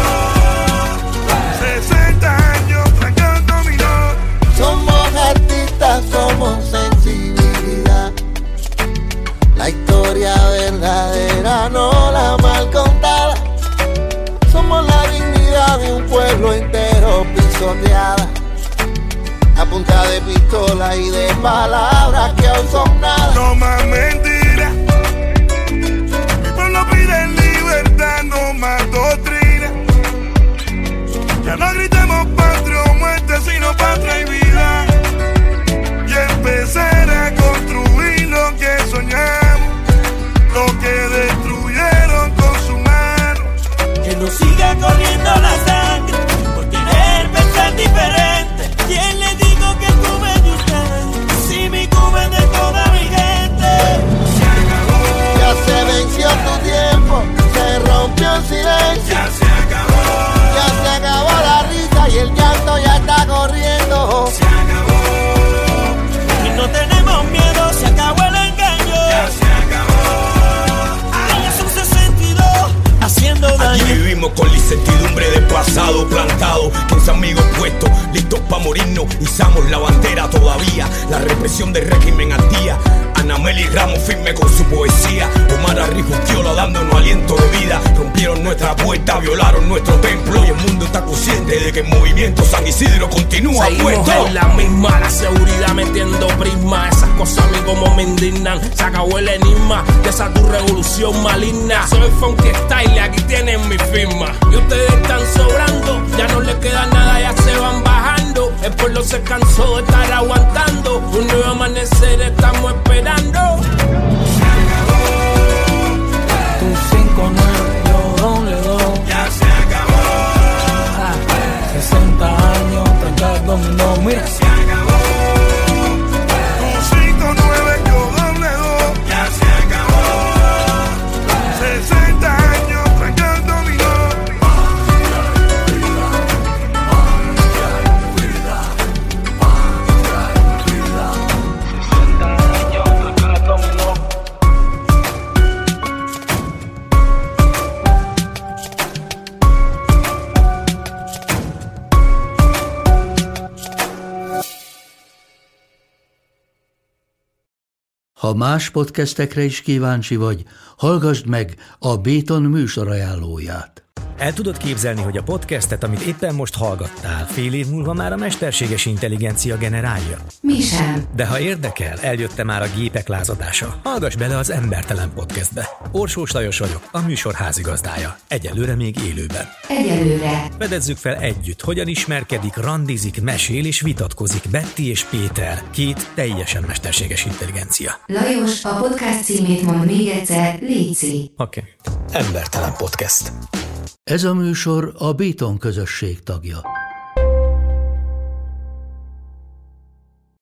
60 años, trancada al dominó. Somos artistas, somos sensibilidad. La historia verdadera, no la mal contada. Somos la dignidad de un pueblo entero pisoteada, a punta de pistola y de palabras que aún son nada. No más mentiras. Mi pueblo pide libertad, no más doctrina. Ya no gritemos patria o muerte, sino patria y vida. Y empezar a construir lo que soñamos, lo que destruyeron con su mano. Que no siga corriendo la sangre por querer pensar diferente. ¿Quién le digo que Cuba es de ustedes? Si mi Cuba es de toda mi gente. Se acabó. Ya se venció tu tiempo, se rompió el silencio. Ya se acabó. Ya se acabó la risa y el llanto ya está corriendo. Se acabó. Y no tenemos miedo, se acabó el engaño. Ya se acabó. Ay, es un 62 haciendo daño. Aquí vivimos con la incertidumbre del pasado plantado, 15 amigos puestos, listos pa' morirnos, izamos la bandera todavía, la represión del régimen al día. Anameli Ramos firme con su poesía, Omar Arrijuquiola dándonos aliento de vida. Rompieron nuestra puerta, violaron nuestro templo y el mundo está consciente de que el movimiento San Isidro continúa puesto. Seguimos en la misma, la seguridad metiendo prisma. Esas cosas a mí como me indignan. Se acabó el enigma de esa tu revolución maligna. Soy Funky Style, aquí tienen mi firma. Y ustedes están sobrando, ya no les queda nada, ya se van bajando. El pueblo se cansó de estar aguantando. Un nuevo amanecer estamos esperando. Se acabó. Tú 5'9", yo doble 2. Ya se acabó. 60 años, trancada al dominó, mira. Se acabó. Tú 5'9", yo doble 2. Ya se acabó. 60 años, trancada al dominó. Ha más podcastekre is kíváncsi vagy, hallgassd meg a Béton műsor ajánlóját. El tudod képzelni, hogy a podcastet, amit éppen most hallgattál, fél év múlva már a mesterséges intelligencia generálja? Mi sem. De ha érdekel, eljött már a gépek lázadása. Hallgass bele az Embertelen podcastbe. Orsós Lajos vagyok, a műsor házigazdája. Egyelőre még élőben. Egyelőre. Fedezzük fel együtt, hogyan ismerkedik, randizik, mesél és vitatkozik Betty és Péter, két teljesen mesterséges intelligencia. Lajos, a podcast címét mondd még egyszer, léci. Oké. Embertelen podcast. Ez a műsor a Béton közösség tagja.